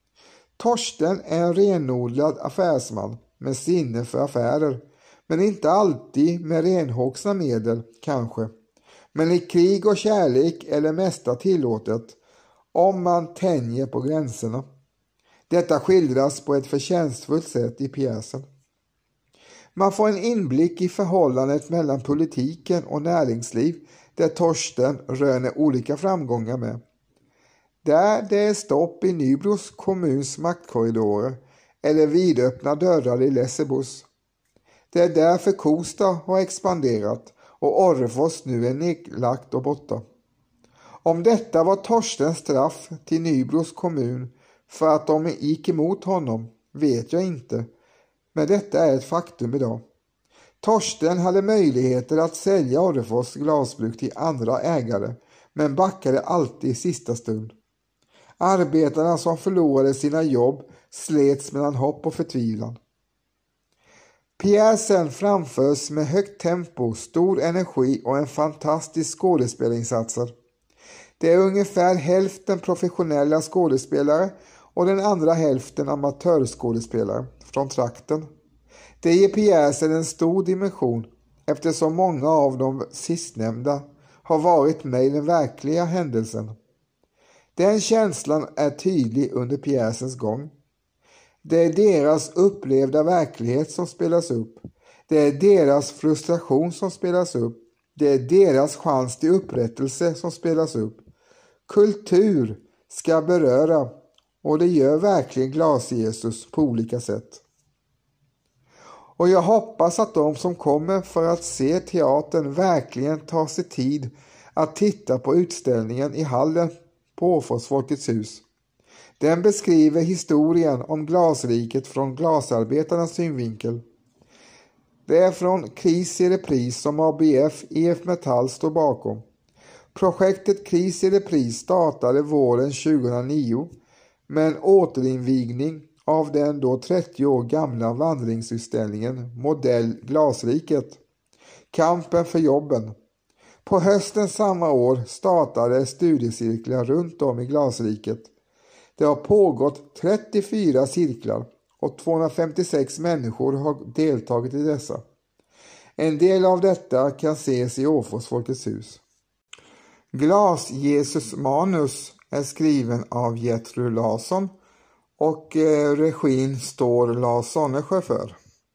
S1: Torsten är en renodlad affärsman med sinne för affärer, men inte alltid med renhågsna medel kanske. Men i krig och kärlek är det mesta tillåtet om man tänjer på gränserna. Detta skildras på ett förtjänstfullt sätt i pjäsen. Man får en inblick i förhållandet mellan politiken och näringsliv, där Torsten röner olika framgångar med. Där det är stopp i Nybros kommuns maktkorridorer eller vidöppna dörrar i Lessebos. Det är därför Kosta har expanderat och Orrefors nu är nedlagt och borta. Om detta var Torstens straff till Nybros kommun för att de gick emot honom vet jag inte, men detta är ett faktum idag. Torsten hade möjligheter att sälja Orrefors glasbruk till andra ägare, men backade alltid i sista stund. Arbetarna som förlorade sina jobb slets mellan hopp och förtvivlan. Pjäsen framförs med högt tempo, stor energi och en fantastisk skådespelarinsatser. Det är ungefär hälften professionella skådespelare och den andra hälften amatörskådespelare från trakten. Det ger pjäsen en stor dimension eftersom många av de sistnämnda har varit med i den verkliga händelsen. Den känslan är tydlig under pjäsens gång. Det är deras upplevda verklighet som spelas upp. Det är deras frustration som spelas upp. Det är deras chans till upprättelse som spelas upp. Kultur ska beröra, och det gör verkligen Glas-Jesus på olika sätt. Och jag hoppas att de som kommer för att se teatern verkligen tar sig tid att titta på utställningen i hallen på Åfors Folkets hus. Den beskriver historien om Glasriket från glasarbetarnas synvinkel. Det är från Kris i repris som ABF IF Metall står bakom. Projektet Kris i repris startade våren 2009 med en återinvigning av den då 30 år gamla vandringsutställningen Modell Glasriket. Kampen för jobben. På hösten samma år startade studiecirklar runt om i Glasriket. Det har pågått 34 cirklar och 256 människor har deltagit i dessa. En del av detta kan ses i Åfors Folkets hus. Glas-Jesus manus är skriven av Jethro Larsson och regin står Lars Sonnesjö för.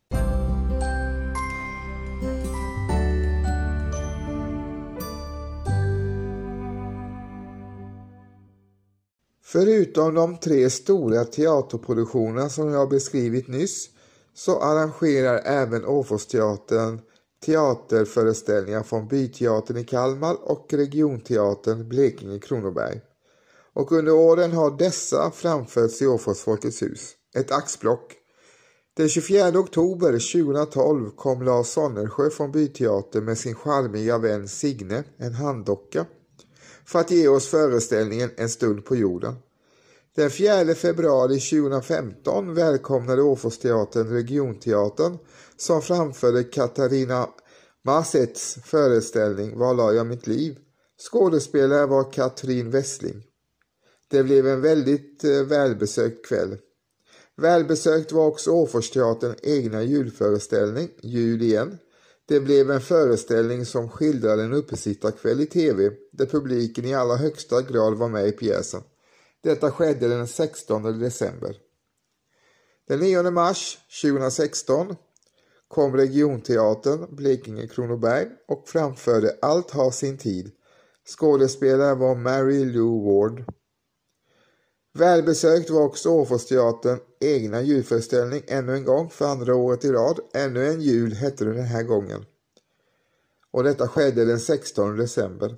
S1: Förutom de 3 stora teaterproduktionerna som jag beskrivit nyss så arrangerar även Åforsteatern teaterföreställningar från Byteatern i Kalmar och Regionteatern Blekinge-Kronoberg. Och under åren har dessa framförts i Åfors Folkets hus, ett axplock. Den 24 oktober 2012 kom Lars Sonnesjö från Byteatern med sin charmiga vän Signe, en handdocka, för att ge oss föreställningen En stund på jorden. Den 4 februari 2015 välkomnade Åforsteatern Regionteatern som framförde Katarina Marsets föreställning Var la jag mitt liv? Skådespelare var Katrin Wessling. Det blev en väldigt välbesökt kväll. Välbesökt var också Åforsteaterns egna julföreställning, Jul igen. Det blev en föreställning som skildrade en uppesittarkväll i tv där publiken i allra högsta grad var med i pjäsen. Detta skedde den 16 december. Den 9 mars 2016 kom Regionteatern Blekinge-Kronoberg och framförde Allt har sin tid. Skådespelare var Mary Lou Ward. Välbesökt var också Åforsteatern egna julföreställning ännu en gång för andra året i rad. Ännu en jul hette det den här gången. Och detta skedde den 16 december.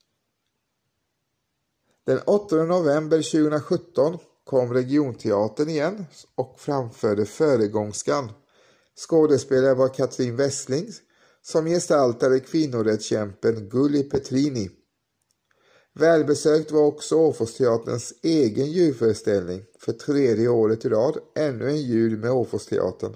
S1: Den 8 november 2017 kom Regionteatern igen och framförde Föregångskan. Skådespelare var Katrin Wessling som gestaltade kvinnorättskämpen Gulli Petrini. Välbesökt var också Åforsteaterns egen julföreställning för 3:e året i rad, ännu en jul med Åforsteatern.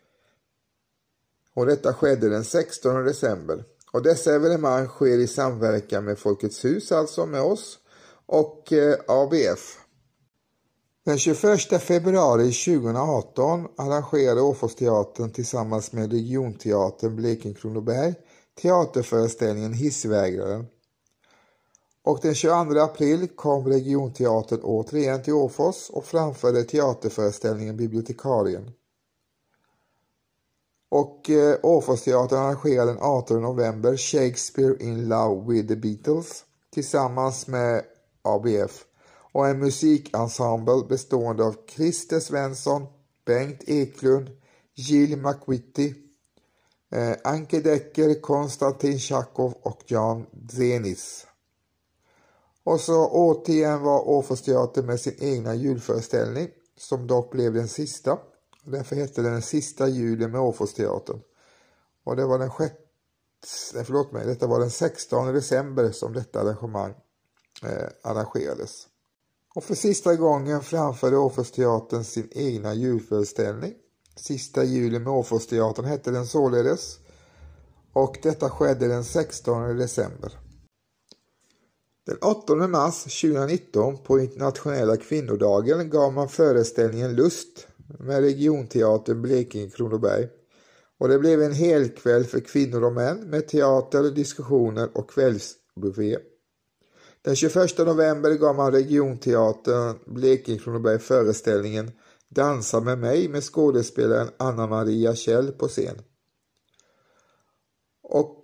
S1: Och detta skedde den 16 december. Och dessa evenemang sker i samverkan med Folkets hus, alltså med oss, och ABF. Den 21 februari 2018 arrangerade Åforsteatern tillsammans med Regionteatern Blekinge-Kronoberg teaterföreställningen Hissvägraren. Och den 22 april kom Regionteatern återigen till Åfors och framförde teaterföreställningen Bibliotekarien. Och Åforsteatern arrangerade den 18 november Shakespeare in Love with the Beatles tillsammans med ABF och en musikensemble bestående av Christer Svensson, Bengt Eklund, Jill McWitty, Anke Decker, Konstantin Tjachov och Jan Zenis. Och så återigen var Åforsteatern med sin egna julföreställning som dock blev den sista. Därför hette den sista julen med Åforsteatern. Och det var detta var den 16 december som detta arrangemang arrangerades. Och för sista gången framförde Åforsteatern sin egna julföreställning. Sista julen med Åforsteatern hette den således. Och detta skedde den 16 december. Den 8 mars 2019 på internationella kvinnodagen gav man föreställningen Lust med Regionteatern Blekinge-Kronoberg. Och det blev en helkväll för kvinnor och män med teater, diskussioner och kvällsbuffé. Den 21 november gav man Regionteatern Blekinge-Kronoberg föreställningen Dansa med mig med skådespelaren Anna-Maria Kjell på scen. Och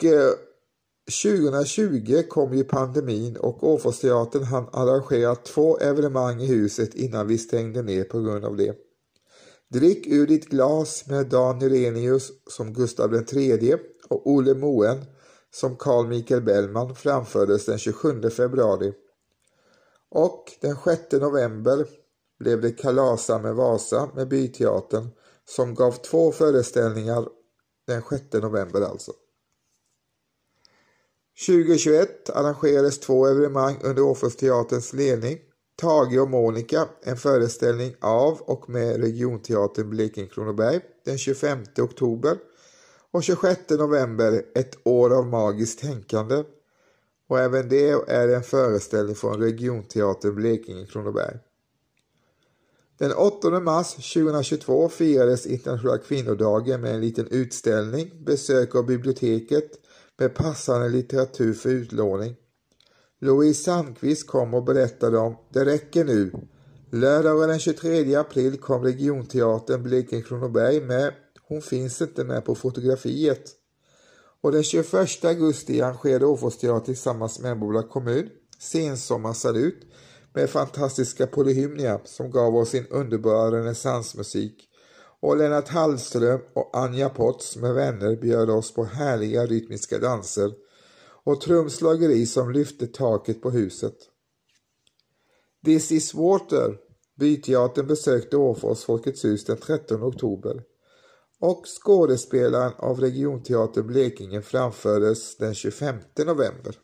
S1: 2020 kom ju pandemin och Åforsteatern hann arrangera 2 evenemang i huset innan vi stängde ner på grund av det. Drick ur ditt glas med Dan Irenius som Gustav III och Olle Moen som Carl Michael Bellman framfördes den 27 februari. Och den 6 november blev det Kalasa med Vasa med Byteatern som gav 2 föreställningar den 6 november alltså. 2021 arrangerades 2 evenemang under Åfosteaterns ledning. Tage och Monica, en föreställning av och med Regionteatern Blekinge-Kronoberg den 25 oktober och 26 november ett år av magiskt tänkande. Och även det är en föreställning från Regionteatern Blekinge-Kronoberg. Den 8 mars 2022 firades internationella kvinnodagen med en liten utställning, besök av biblioteket med passande litteratur för utlåning. Louise Sandqvist kom och berättade om Det räcker nu. Lördagen den 23 april kom Regionteatern Blekinge-Kronoberg med. Hon finns inte med på fotografiet. Och den 21 augusti arrangerade Åfosteater tillsammans med Emmaboda kommun sensommarsalut med fantastiska polyhymnia som gav oss sin underbara renässansmusik. Och Lennart Hallström och Anja Potts med vänner bjöd oss på härliga rytmiska danser och trumslageri som lyfte taket på huset. This is Water. Byteatern besökte Åfors Folkets hus den 13 oktober. Och skådespelaren av Regionteatern Blekinge framfördes den 25 november.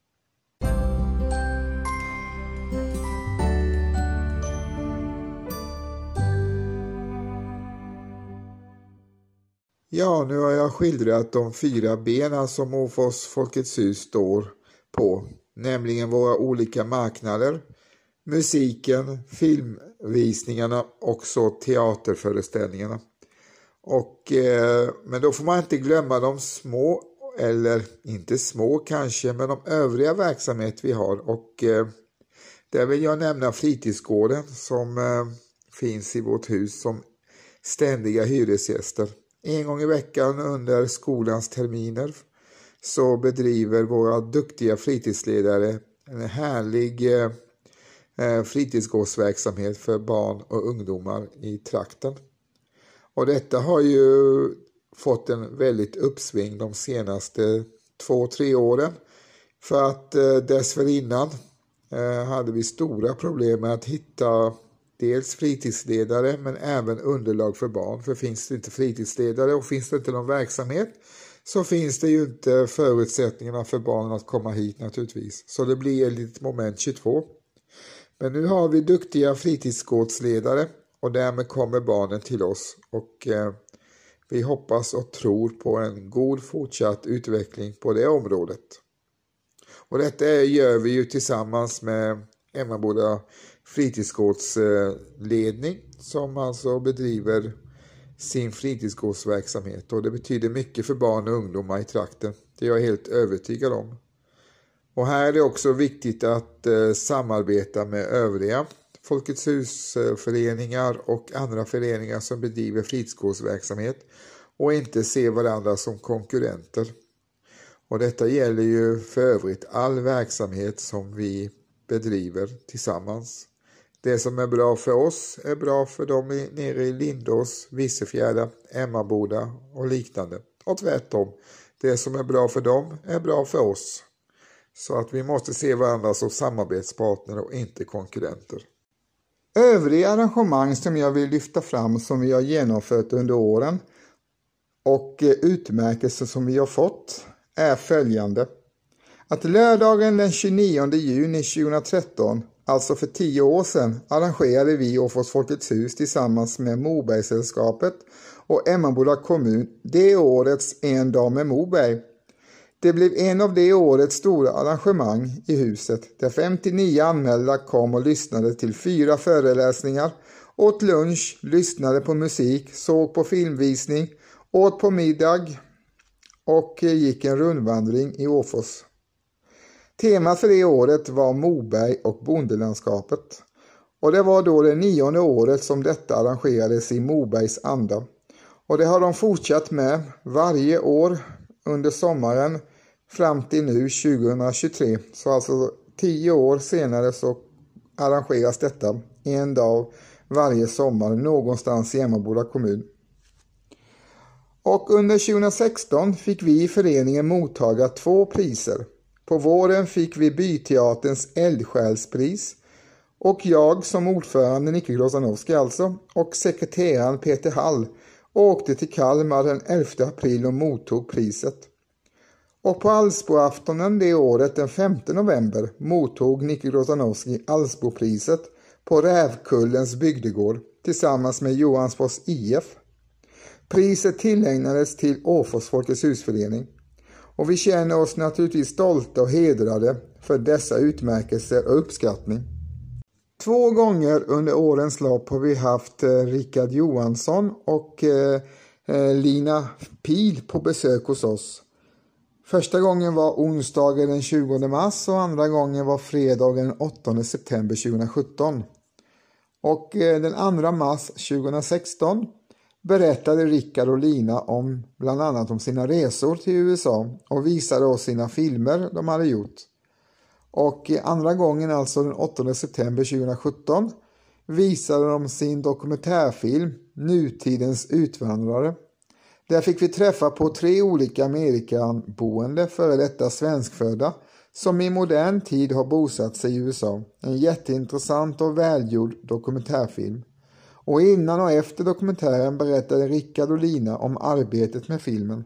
S1: Ja, nu har jag skildrat de 4 benen som Åfors Folkets hus står på, nämligen våra olika marknader, musiken, filmvisningarna och så teaterföreställningarna. Men då får man inte glömma de små, eller inte små kanske, men de övriga verksamheter vi har. Och där vill jag nämna fritidsgården som finns i vårt hus som ständiga hyresgäster. En gång i veckan under skolans terminer så bedriver våra duktiga fritidsledare en härlig fritidsgårdsverksamhet för barn och ungdomar i trakten. Och detta har ju fått en väldigt uppsving de senaste 2-3 åren. För att dessförinnan hade vi stora problem med att hitta dels fritidsledare men även underlag för barn. För finns det inte fritidsledare och finns det inte någon verksamhet så finns det ju inte förutsättningarna för barnen att komma hit naturligtvis. Så det blir ett litet moment 22. Men nu har vi duktiga fritidsgårdsledare och därmed kommer barnen till oss. Och vi hoppas och tror på en god fortsatt utveckling på det området. Och detta gör vi ju tillsammans med Emmaboda fritidsgårdsledning som alltså bedriver sin fritidsgårdsverksamhet. Och det betyder mycket för barn och ungdomar i trakten. Det är jag helt övertygad om. Och här är det också viktigt att samarbeta med övriga Folkets husföreningar och andra föreningar som bedriver fritidsgårdsverksamhet och inte se varandra som konkurrenter. Och detta gäller ju för övrigt all verksamhet som vi bedriver tillsammans. Det som är bra för oss är bra för dem nere i Lindås, Vissefjärda, Emmaboda och liknande. Och tvärtom, det som är bra för dem är bra för oss. Så att vi måste se varandra som samarbetspartner och inte konkurrenter. Övriga arrangemang som jag vill lyfta fram som vi har genomfört under åren och utmärkelser som vi har fått är följande. Att lördagen den 29 juni 2013, alltså för 10 år sedan, arrangerade vi Åfors Folkets hus tillsammans med Mobergsällskapet och Emmaboda kommun det årets En dag med Moberg. Det blev en av det årets stora arrangemang i huset där 59 anmälda kom och lyssnade till 4 föreläsningar, åt lunch, lyssnade på musik, såg på filmvisning, åt på middag och gick en rundvandring i Åfors. Temat för det året var Moberg och bondelandskapet. Och det var då det 9:e året som detta arrangerades i Mobergs anda. Och det har de fortsatt med varje år under sommaren fram till nu 2023. Så alltså 10 år senare så arrangeras detta en dag varje sommar någonstans i Emmaboda kommun. Och under 2016 fick vi i föreningen mottaga 2 priser. På våren fick vi Byteaterns eldsjälspris och jag som ordförande Nicke Grozanowski alltså och sekreteraren Peter Hall åkte till Kalmar den 11 april och mottog priset. Och på Allsboaftonen det året den 5 november mottog Nicki Grozanowski Allsbopriset på Rävkullens bygdegård tillsammans med Johansfors IF. Priset tillägnades till Åfors Folkets husförening och vi känner oss naturligtvis stolta och hedrade för dessa utmärkelser och uppskattning. 2 gånger under årens lopp har vi haft Rickard Johansson och Lina Pil på besök hos oss. Första gången var onsdagen den 20 mars och andra gången var fredagen den 8 september 2017. Och den 2 mars 2016 berättade Rickard och Lina om bland annat om sina resor till USA och visade oss sina filmer de hade gjort. Och andra gången, alltså den 8 september 2017, visade de sin dokumentärfilm Nutidens utvandrare. Där fick vi träffa på 3 olika Amerikanboende före detta svenskfödda som i modern tid har bosatt sig i USA. En jätteintressant och välgjord dokumentärfilm. Och innan och efter dokumentären berättade Rickard och Lina om arbetet med filmen.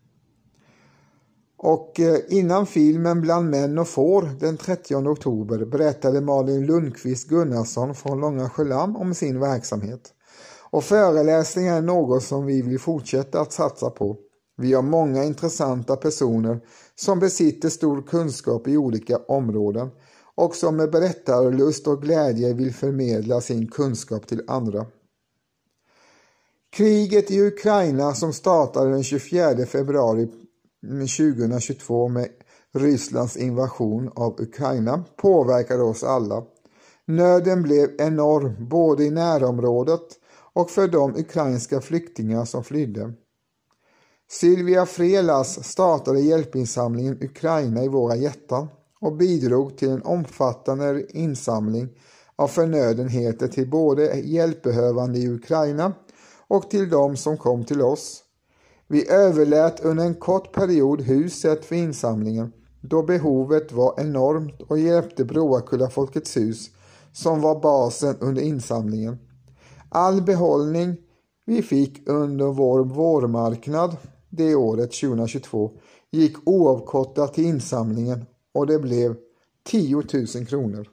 S1: Och innan filmen Bland män och får den 30 oktober berättade Malin Lundqvist Gunnarsson från Långa Sjölam om sin verksamhet. Och föreläsningar är något som vi vill fortsätta att satsa på. Vi har många intressanta personer som besitter stor kunskap i olika områden och som med berättarlust och glädje vill förmedla sin kunskap till andra. Kriget i Ukraina som startade den 24 februari 2022 med Rysslands invasion av Ukraina påverkade oss alla. Nöden blev enorm både i närområdet och för de ukrainska flyktingar som flydde. Sylvia Frelas startade hjälpinsamlingen Ukraina i våra hjärtan och bidrog till en omfattande insamling av förnödenheter till både hjälpbehövande i Ukraina och till de som kom till oss. Vi överlät under en kort period huset för insamlingen då behovet var enormt och hjälpte Broakulla Folkets hus som var basen under insamlingen. All behållning vi fick under vår vårmarknad det året 2022 gick oavkortat till insamlingen och det blev 10 000 kronor.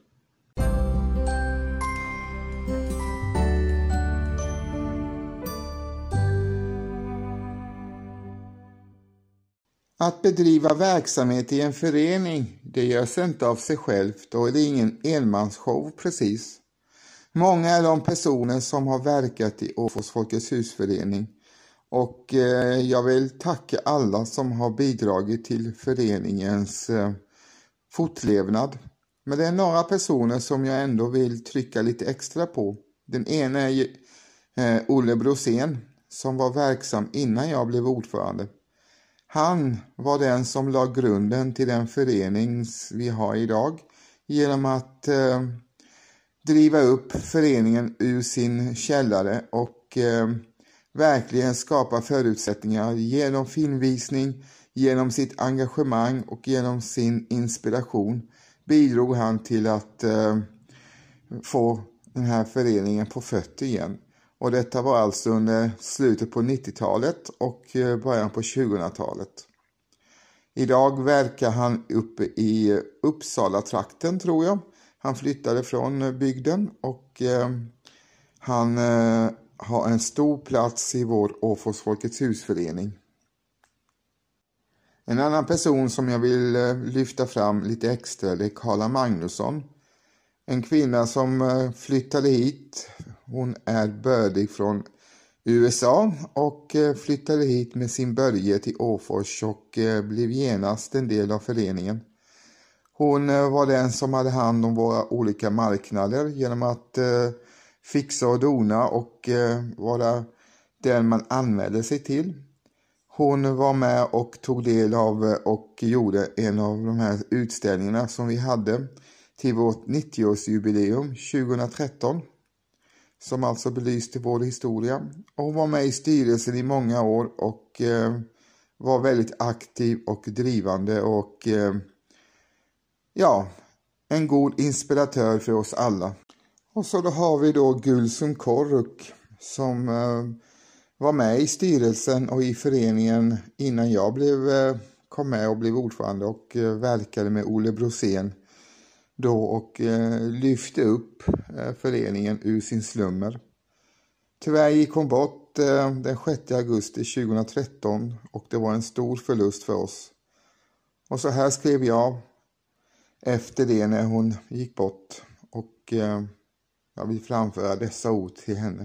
S1: Att bedriva verksamhet i en förening, det görs inte av sig självt och det är ingen enmansshow precis. Många är de personer som har verkat i Åfors Folkets husförening och jag vill tacka alla som har bidragit till föreningens fortlevnad. Men det är några personer som jag ändå vill trycka lite extra på. Den ena är Olle Brosén som var verksam innan jag blev ordförande. Han var den som la grunden till den förening vi har idag genom att driva upp föreningen ur sin källare och verkligen skapa förutsättningar genom filmvisning, genom sitt engagemang och genom sin inspiration bidrog han till att få den här föreningen på fötter igen. Och detta var alltså under slutet på 90-talet och början på 2000-talet. Idag verkar han uppe i Uppsala-trakten tror jag. Han flyttade från bygden och han har en stor plats i vår Åfors Folkets husförening. En annan person som jag vill lyfta fram lite extra är Carla Magnusson. En kvinna som flyttade hit. Hon är bördig från USA och flyttade hit med sin börje till Åfors och blev genast en del av föreningen. Hon var den som hade hand om våra olika marknader genom att fixa och dona och vara den man anmälde sig till. Hon var med och tog del av och gjorde en av de här utställningarna som vi hade till vårt 90-årsjubileum 2013. Som alltså belyste vår historia. Och hon var med i styrelsen i många år och var väldigt aktiv och drivande och en god inspiratör för oss alla. Och så då har vi då Gulsum Korruk som var med i styrelsen och i föreningen innan jag blev kom med och blev ordförande och verkade med Olle Brosén då och lyfte upp föreningen ur sin slummer. Tyvärr gick hon bort den 6 augusti 2013 och det var en stor förlust för oss. Och så här skrev jag efter det när hon gick bort och jag vill framföra dessa ord till henne.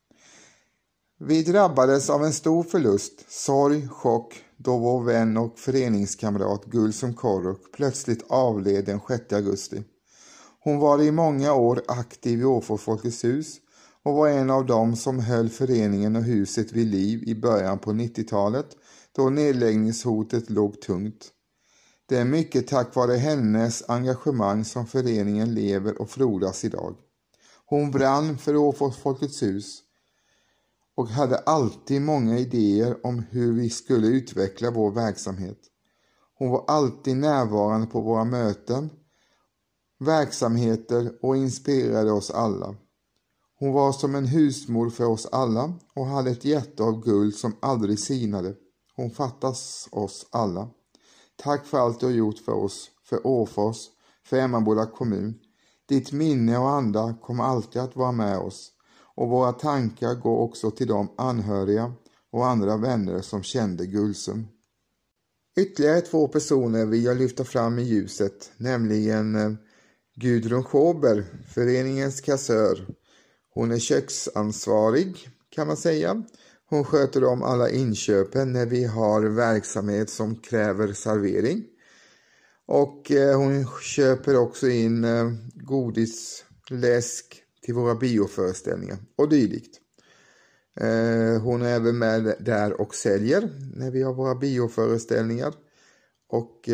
S1: Vi drabbades av en stor förlust, sorg, chock då vår vän och föreningskamrat Gulsum Korruk plötsligt avled den 6 augusti. Hon var i många år aktiv i Åfors Folkets hus och var en av dem som höll föreningen och huset vid liv i början på 90-talet då nedläggningshotet låg tungt. Det är mycket tack vare hennes engagemang som föreningen lever och frodas idag. Hon brann för Åfors Folkets hus och hade alltid många idéer om hur vi skulle utveckla vår verksamhet. Hon var alltid närvarande på våra möten, verksamheter och inspirerade oss alla. Hon var som en husmor för oss alla och hade ett hjärta av guld som aldrig sinade. Hon fattas oss alla. Tack för allt du har gjort för oss, för Åfors, för Emmaboda kommun. Ditt minne och anda kommer alltid att vara med oss. Och våra tankar går också till de anhöriga och andra vänner som kände Gulsum. Ytterligare 2 personer vill jag lyfta fram i ljuset, nämligen Gudrun Schober, föreningens kassör. Hon är köksansvarig kan man säga. Hon sköter om alla inköpen när vi har verksamhet som kräver servering. Och hon köper också in godis, läsk till våra bioföreställningar och dylikt. Hon är även med där och säljer när vi har våra bioföreställningar. Och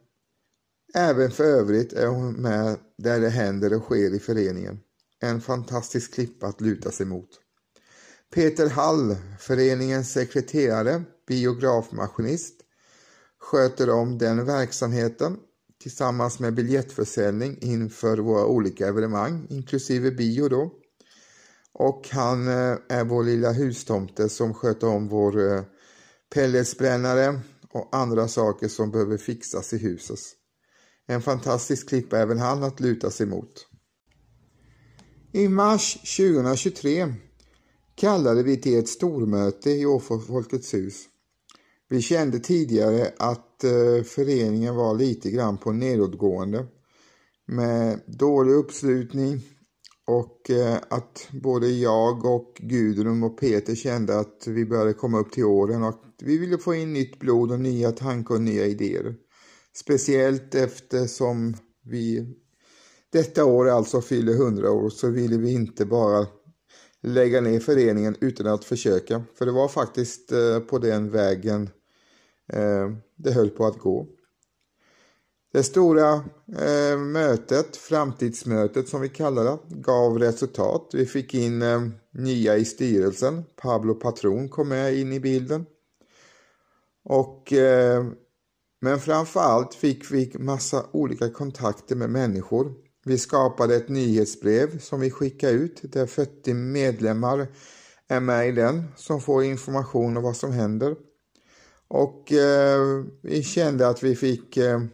S1: även för övrigt är hon med där det händer och sker i föreningen. En fantastisk klippa att luta sig mot. Peter Hall, föreningens sekreterare, biografmaskinist, sköter om den verksamheten tillsammans med biljettförsäljning inför våra olika evenemang, inklusive bio då. Och han är vår lilla hustomte som sköter om vår pelletsbrännare och andra saker som behöver fixas i huset. En fantastisk klippa även han att luta sig mot. I mars 2023 kallade vi till ett stormöte i Åfors Folkets hus. Vi kände tidigare att föreningen var lite grann på nedåtgående med dålig uppslutning och att både jag och Gudrun och Peter kände att vi började komma upp till åren och vi ville få in nytt blod och nya tankar och nya idéer. Speciellt eftersom vi detta år alltså fyller 100 år så ville vi inte bara lägga ner föreningen utan att försöka. För det var faktiskt på den vägen det höll på att gå. Det stora mötet, framtidsmötet som vi kallar det, gav resultat. Vi fick in nya i styrelsen. Pablo Patron kom med in i bilden. Och, men framförallt fick vi massa olika kontakter med människor. Vi skapade ett nyhetsbrev som vi skickade ut där 40 medlemmar är med i den som får information om vad som händer. Och vi kände att vi fick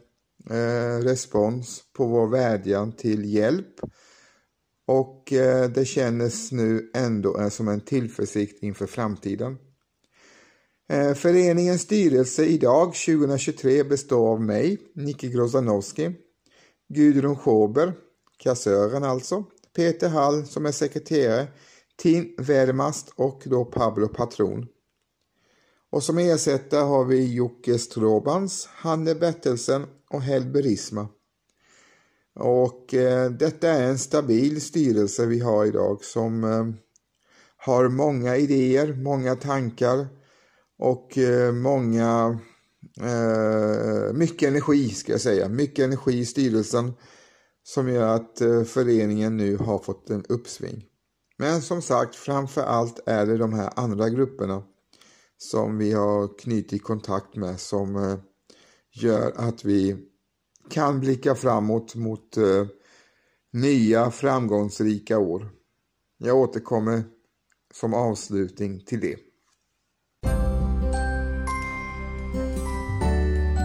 S1: respons på vår vädjan till hjälp. Och det kändes nu ändå som en tillförsikt inför framtiden. Föreningens styrelse idag 2023 består av mig, Nicke Grozanowski, Gudrun Schober, kassören alltså, Peter Hall som är sekreterare, Tim Wehrmast och då Pablo Patron. Och som ersättare har vi Jocke Strobans, Hanne Bertelsen och Helbe Risma. Och detta är en stabil styrelse vi har idag som har många idéer, många tankar och mycket energi ska jag säga. Mycket energi i styrelsen som gör att föreningen nu har fått en uppsving. Men som sagt, framför allt är det de här andra grupperna som vi har knutit kontakt med som gör att vi kan blicka framåt mot nya framgångsrika år. Jag återkommer som avslutning till det.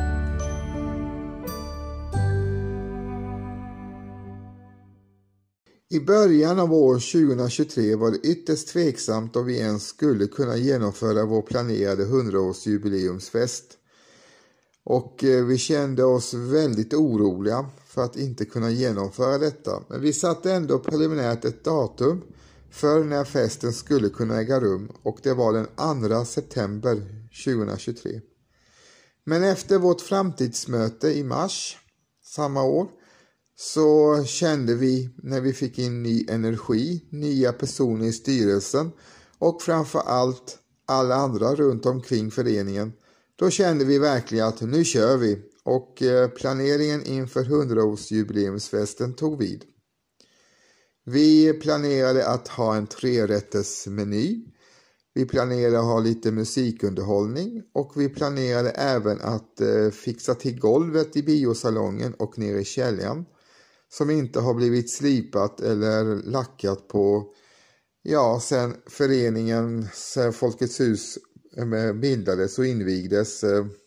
S1: I början av år 2023 var det ytterst tveksamt om vi ens skulle kunna genomföra vår planerade 100-årsjubileumsfest. Och vi kände oss väldigt oroliga för att inte kunna genomföra detta. Men vi satte ändå preliminärt ett datum för när festen skulle kunna äga rum, och det var den 2 september 2023. Men efter vårt framtidsmöte i mars samma år så kände vi, när vi fick in ny energi, nya personer i styrelsen och framför allt alla andra runt omkring föreningen, då kände vi verkligen att nu kör vi, och planeringen inför 100-årsjubileumsfesten tog vid. Vi planerade att ha en 3-rättersmeny. Vi planerade att ha lite musikunderhållning, och vi planerade även att fixa till golvet i biosalongen och nere i källaren som inte har blivit slipat eller lackat på, sen föreningen Folkets hus bildades och invigdes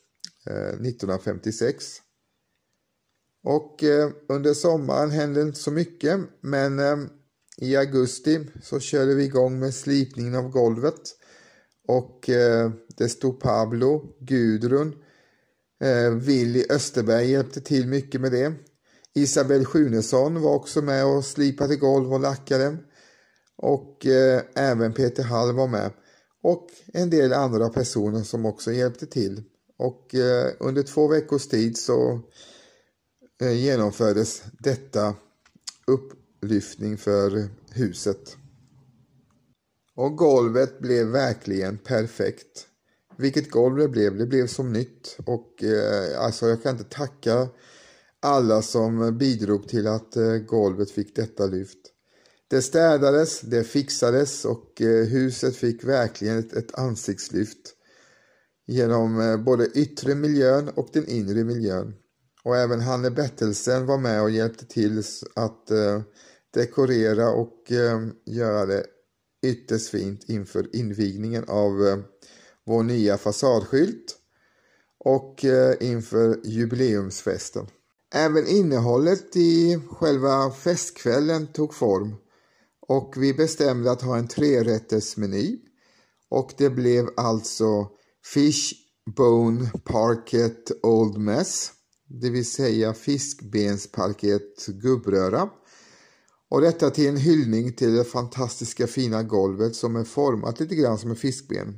S1: 1956. Och under sommaren hände inte så mycket, men i augusti så körde vi igång med slipningen av golvet, och det stod Pablo, Gudrun, Willy Österberg hjälpte till mycket med det. Isabel Sjunesson var också med och slipade golv och lackade, och även Peter Hall var med, och en del andra personer som också hjälpte till. Och under 2 veckors tid så genomfördes detta upplyftning för huset. Och golvet blev verkligen perfekt. Vilket golv det blev som nytt, och jag kan inte tacka alla som bidrog till att golvet fick detta lyft. Det städades, det fixades, och huset fick verkligen ett ansiktslyft genom både yttre miljön och den inre miljön. Och även Hanne Bettelsen var med och hjälpte till att dekorera och göra det ytterst fint inför invigningen av vår nya fasadskylt och inför jubileumsfesten. Även innehållet i själva festkvällen tog form, och vi bestämde att ha en 3-rättersmeny, och det blev alltså Fish Bone Parquet Old Mess, det vill säga fiskbensparkett gubbröra, och detta till en hyllning till det fantastiska fina golvet som är format lite grann som en fiskben.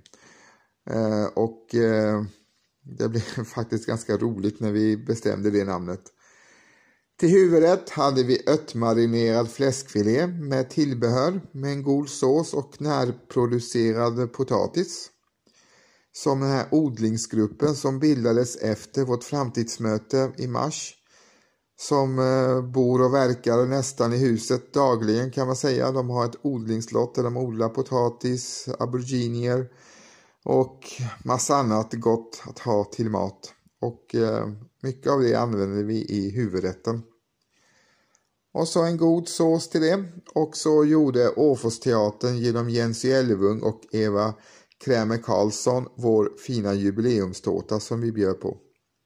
S1: Det blev faktiskt ganska roligt när vi bestämde det namnet. Till huvudrätt hade vi örtmarinerad fläskfilé med tillbehör med en god sås och närproducerad potatis. Som den här odlingsgruppen som bildades efter vårt framtidsmöte i mars, som bor och verkar nästan i huset dagligen kan man säga. De har ett odlingslott där de odlar potatis, auberginer och massa annat gott att ha till mat. Och mycket av det använder vi i huvudrätten. Och så en god sås till det. Och så gjorde Åforsteatern genom Jens Elvung och Eva Krämer Karlsson vår fina jubileumstårta som vi bjöd på.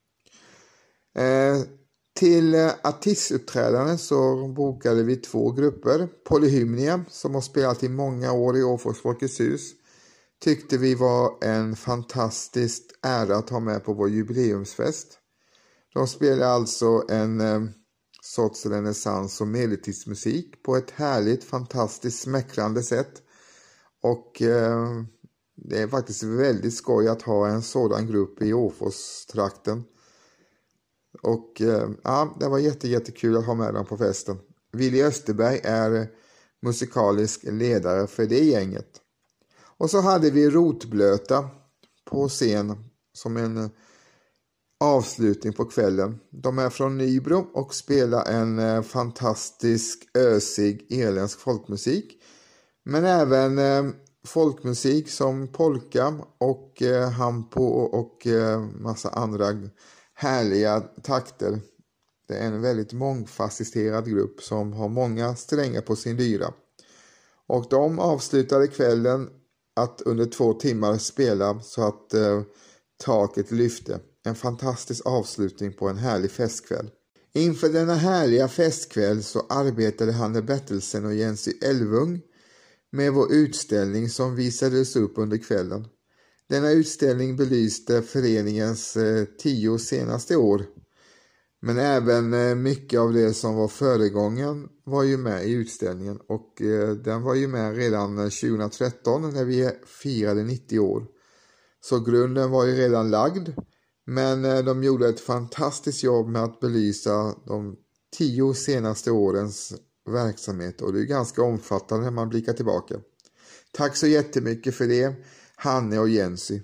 S1: Till artistuppträdande så bokade vi 2 grupper. Polyhymnia, som har spelat i många år i Åfors Folkets hus, tyckte vi var en fantastisk ära att ha med på vår jubileumsfest. De spelade alltså en sorts renässans- och medeltidsmusik på ett härligt, fantastiskt smäckrande sätt. Och det är faktiskt väldigt skoj att ha en sådan grupp i Åfors-trakten. Och det var jättekul att ha med dem på festen. Willy Österberg är musikalisk ledare för det gänget. Och så hade vi Rotblöta på scen som en avslutning på kvällen. De är från Nybro och spelar en fantastisk, ösig, irländsk folkmusik. Men även folkmusik som polka och hampo och massa andra härliga takter. Det är en väldigt mångfacetterad grupp som har många strängar på sin lyra. Och de avslutade kvällen att under 2 timmar spela så att taket lyfte. En fantastisk avslutning på en härlig festkväll. Inför denna härliga festkväll så arbetade Hanne Bertelsen och Jensy Elvung med vår utställning som visades upp under kvällen. Denna utställning belyste föreningens 10 senaste år, men även mycket av det som var föregången var ju med i utställningen, och den var ju med redan 2013 när vi firade 90 år. Så grunden var ju redan lagd, men de gjorde ett fantastiskt jobb med att belysa de 10 senaste årens verksamhet, och det är ganska omfattande när man blickar tillbaka. Tack så jättemycket för det, Hanne och Jensy.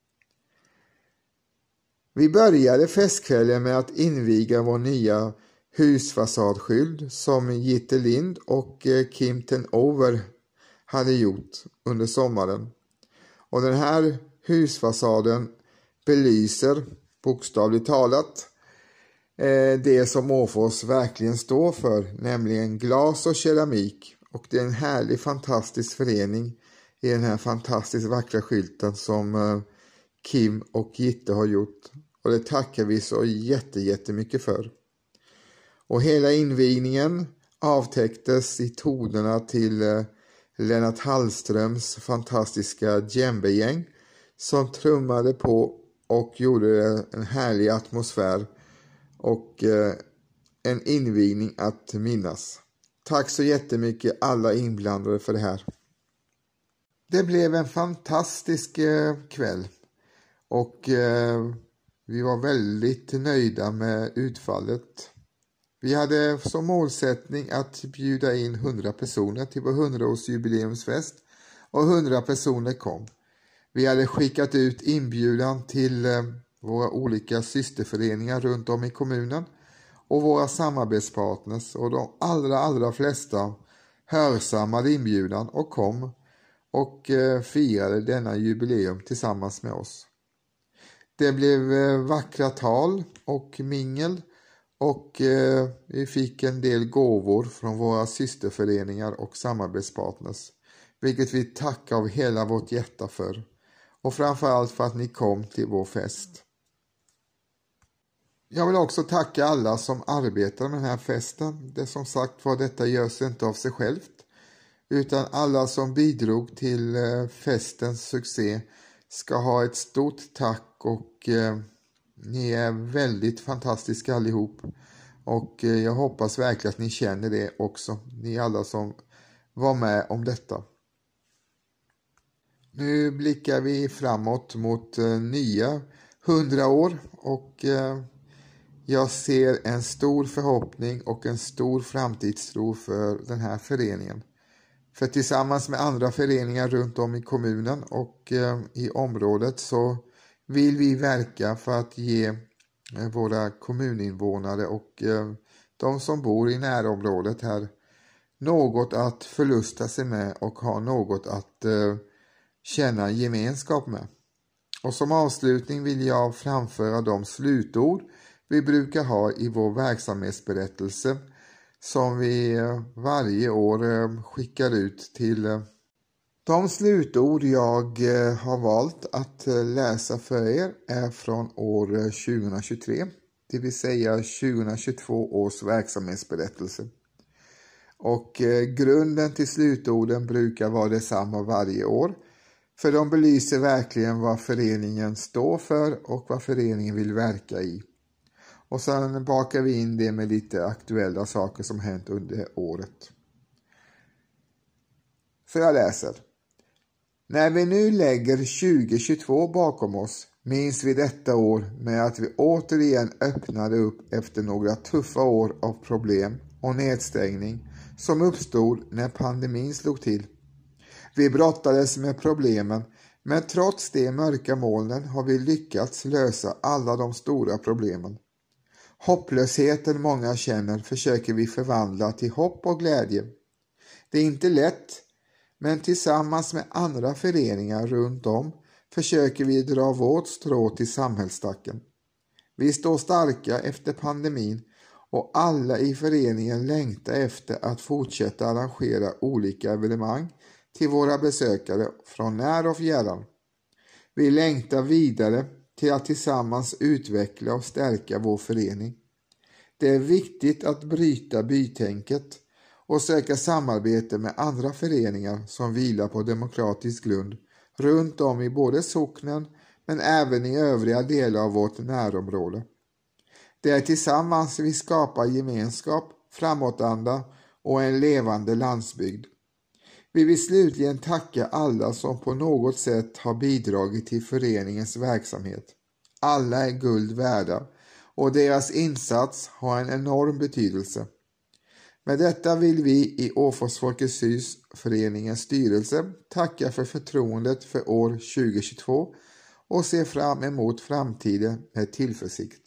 S1: Vi började festkvällen med att inviga vår nya husfasadskydd som Gitte Lind och Kim Ten Over hade gjort under sommaren. Och den här husfasaden belyser bokstavligt talat det som Åfors verkligen står för, nämligen glas och keramik. Och det är en härlig, fantastisk förening i den här fantastiskt vackra skylten som Kim och Gitte har gjort. Och det tackar vi så jättemycket för. Och hela invigningen avtäcktes i tonerna till Lennart Hallströms fantastiska djembegäng som trummade på och gjorde en härlig atmosfär och en invigning att minnas. Tack så jättemycket alla inblandade för det här. Det blev en fantastisk kväll och vi var väldigt nöjda med utfallet. Vi hade som målsättning att bjuda in 100 personer till vår 100-årsjubileumsfest och 100 personer kom. Vi hade skickat ut inbjudan till våra olika systerföreningar runt om i kommunen och våra samarbetspartners, och de allra flesta hörsammade inbjudan och kom och firade denna jubileum tillsammans med oss. Det blev vackra tal och mingel, och vi fick en del gåvor från våra systerföreningar och samarbetspartners, vilket vi tackar av hela vårt hjärta för. Och framförallt för att ni kom till vår fest. Jag vill också tacka alla som arbetar med den här festen. Det som sagt var, detta görs inte av sig självt, utan alla som bidrog till festens succé ska ha ett stort tack, och ni är väldigt fantastiska allihop. Och jag hoppas verkligen att ni känner det också, ni alla som var med om detta. Nu blickar vi framåt mot nya 100 år, och jag ser en stor förhoppning och en stor framtidstro för den här föreningen. För tillsammans med andra föreningar runt om i kommunen och i området så vill vi verka för att ge våra kommuninvånare och de som bor i närområdet här något att förlusta sig med och ha något att känna gemenskap med. Och som avslutning vill jag framföra de slutord vi brukar ha i vår verksamhetsberättelse som vi varje år skickar ut till. De slutord jag har valt att läsa för er är från år 2023, det vill säga 2022 års verksamhetsberättelse. Och grunden till slutorden brukar vara detsamma varje år, för de belyser verkligen vad föreningen står för och vad föreningen vill verka i. Och sen bakar vi in det med lite aktuella saker som hänt under året. Så jag läser. När vi nu lägger 2022 bakom oss minns vi detta år med att vi återigen öppnade upp efter några tuffa år av problem och nedstängning som uppstod när pandemin slog till. Vi brottades med problemen, men trots de mörka molnen har vi lyckats lösa alla de stora problemen. Hopplösheten många känner försöker vi förvandla till hopp och glädje. Det är inte lätt, men tillsammans med andra föreningar runt om försöker vi dra vårt strå till samhällsstacken. Vi står starka efter pandemin och alla i föreningen längtar efter att fortsätta arrangera olika evenemang till våra besökare från när och fjärran. Vi längtar vidare till att tillsammans utveckla och stärka vår förening. Det är viktigt att bryta bytänket och söka samarbete med andra föreningar som vilar på demokratisk grund runt om i både socknen men även i övriga delar av vårt närområde. Det är tillsammans vi skapar gemenskap, framåtanda och en levande landsbygd. Vi vill slutligen tacka alla som på något sätt har bidragit till föreningens verksamhet. Alla är guld värda och deras insats har en enorm betydelse. Med detta vill vi i Åfors Folkets hus föreningens styrelse tacka för förtroendet för år 2022 och se fram emot framtiden med tillförsikt.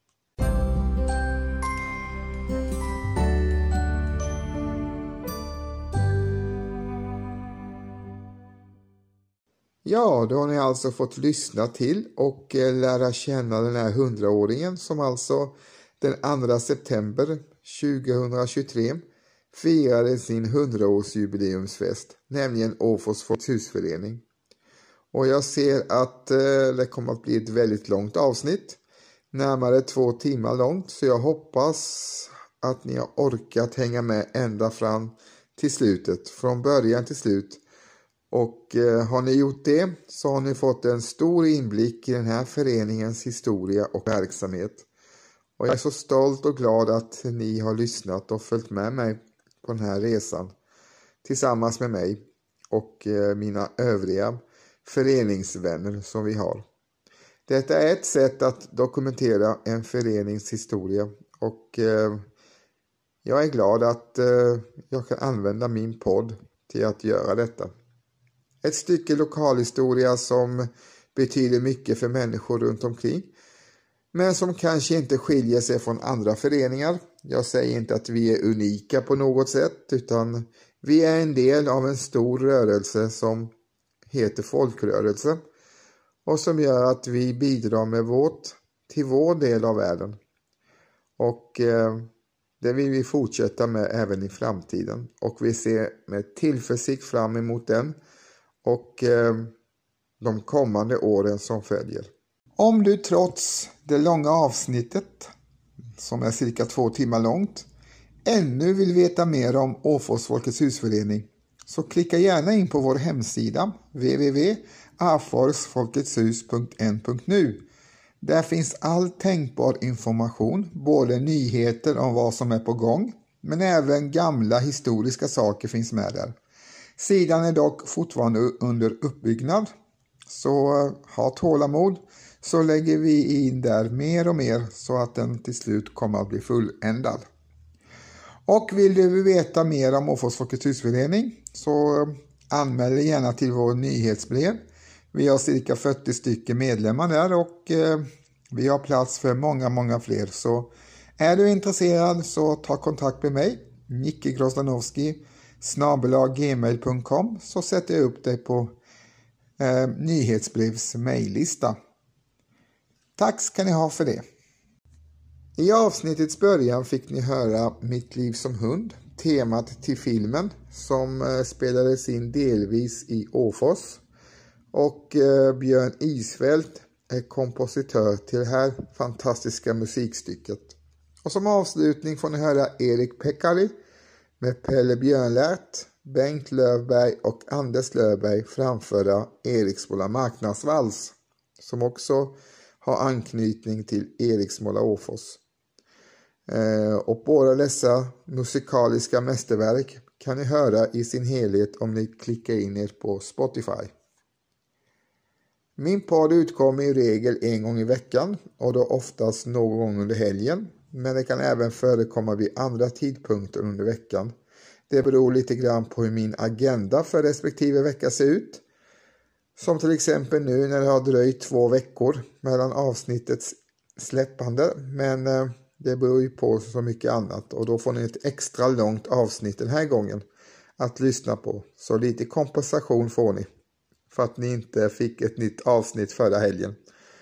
S1: Ja, då har ni alltså fått lyssna till och lära känna den här 100-åringen som alltså den 2 september 2023 firade sin 100-årsjubileumsfest, nämligen Åfors Folkets husförening. Och jag ser att det kommer att bli ett väldigt långt avsnitt, närmare 2 timmar långt, så jag hoppas att ni har orkat hänga med ända fram till slutet, från början till slut. Och har ni gjort det så har ni fått en stor inblick i den här föreningens historia och verksamhet. Och jag är så stolt och glad att ni har lyssnat och följt med mig på den här resan tillsammans med mig och mina övriga föreningsvänner som vi har. Detta är ett sätt att dokumentera en förenings historia och jag är glad att jag kan använda min podd till att göra detta. Ett stycke lokalhistoria som betyder mycket för människor runt omkring, men som kanske inte skiljer sig från andra föreningar. Jag säger inte att vi är unika på något sätt, utan vi är en del av en stor rörelse som heter folkrörelse och som gör att vi bidrar med till vår del av världen. Och det vill vi fortsätta med även i framtiden och vi ser med tillförsikt fram emot den och de kommande åren som följer. Om du trots det långa avsnittet, som är cirka 2 timmar långt, ännu vill veta mer om Åfors Folkets husförening, så klicka gärna in på vår hemsida www.aforsfolketshus.n.nu. Där finns all tänkbar information, både nyheter om vad som är på gång, men även gamla historiska saker finns med där. Sidan är dock fortfarande under uppbyggnad, så ha tålamod, så lägger vi in där mer och mer så att den till slut kommer att bli fulländad. Och vill du veta mer om Åfors Folkets husförening så anmäl dig gärna till vår nyhetsbrev. Vi har cirka 40 stycken medlemmar där och vi har plats för många fler. Så är du intresserad så ta kontakt med mig, Nicke Grozdanowski, @gmail.com, så sätter jag upp dig på nyhetsbrevs mejllista. Tack ska ni ha för det. I avsnittets början fick ni höra Mitt liv som hund, temat till filmen som spelades in delvis i Åfors. Och Björn Isfält är kompositör till det här fantastiska musikstycket. Och som avslutning får ni höra Erik Pekkari med Pelle Björnlärt, Bengt Löfberg och Anders Löfberg framföra Eriksmåla marknadsvals, som också har anknytning till Eriksmåla Åfors. Och båda dessa musikaliska mästerverk kan ni höra i sin helhet om ni klickar in er på Spotify. Min podd utkommer i regel en gång i veckan och då oftast någon gång under helgen, men det kan även förekomma vid andra tidpunkter under veckan. Det beror lite grann på hur min agenda för respektive vecka ser ut. Som till exempel nu när det har dröjt 2 veckor mellan avsnittets släppande, men det beror ju på så mycket annat och då får ni ett extra långt avsnitt den här gången att lyssna på. Så lite kompensation får ni för att ni inte fick ett nytt avsnitt förra helgen.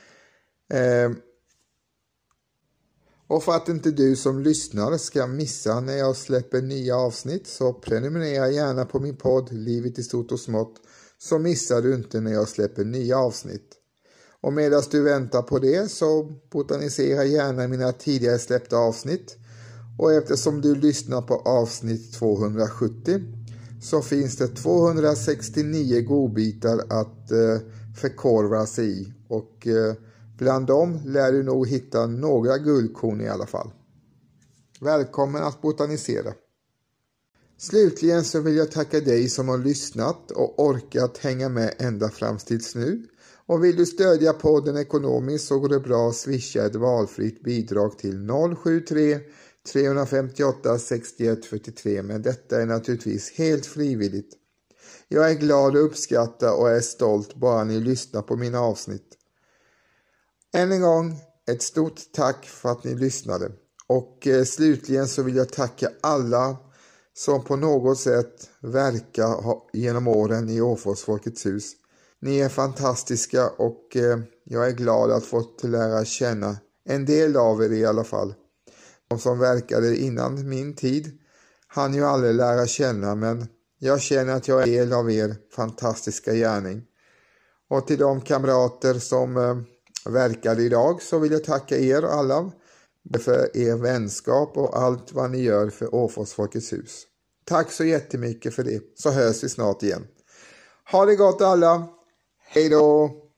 S1: Och för att inte du som lyssnar ska missa när jag släpper nya avsnitt så prenumerera gärna på min podd Livet i stort och smått, så missar du inte när jag släpper nya avsnitt. Och medan du väntar på det så botanisera gärna mina tidigare släppta avsnitt Och eftersom du lyssnar på avsnitt 270 så finns det 269 godbitar att förkorva sig i. Och bland dem lär du nog hitta några guldkorn i alla fall. Välkommen att botanisera. Slutligen så vill jag tacka dig som har lyssnat och orkat hänga med ända fram tills nu. Och vill du stödja podden ekonomiskt så går det bra att swisha ett valfritt bidrag till 073 358 61 43, men detta är naturligtvis helt frivilligt. Jag är glad och uppskattar och är stolt bara ni lyssnar på mina avsnitt. Än en gång ett stort tack för att ni lyssnade. Och slutligen så vill jag tacka alla som på något sätt verkar genom åren i Åfors Folkets hus. Ni är fantastiska och jag är glad att få lära känna en del av er i alla fall. De som verkade innan min tid hann ju aldrig lära känna, men jag känner att jag är en del av er fantastiska gärning. Och till de kamrater som verkar idag så vill jag tacka er alla för er vänskap och allt vad ni gör för Åfors Folkets hus. Tack så jättemycket för det, så hörs vi snart igen. Ha det gott alla, hej då!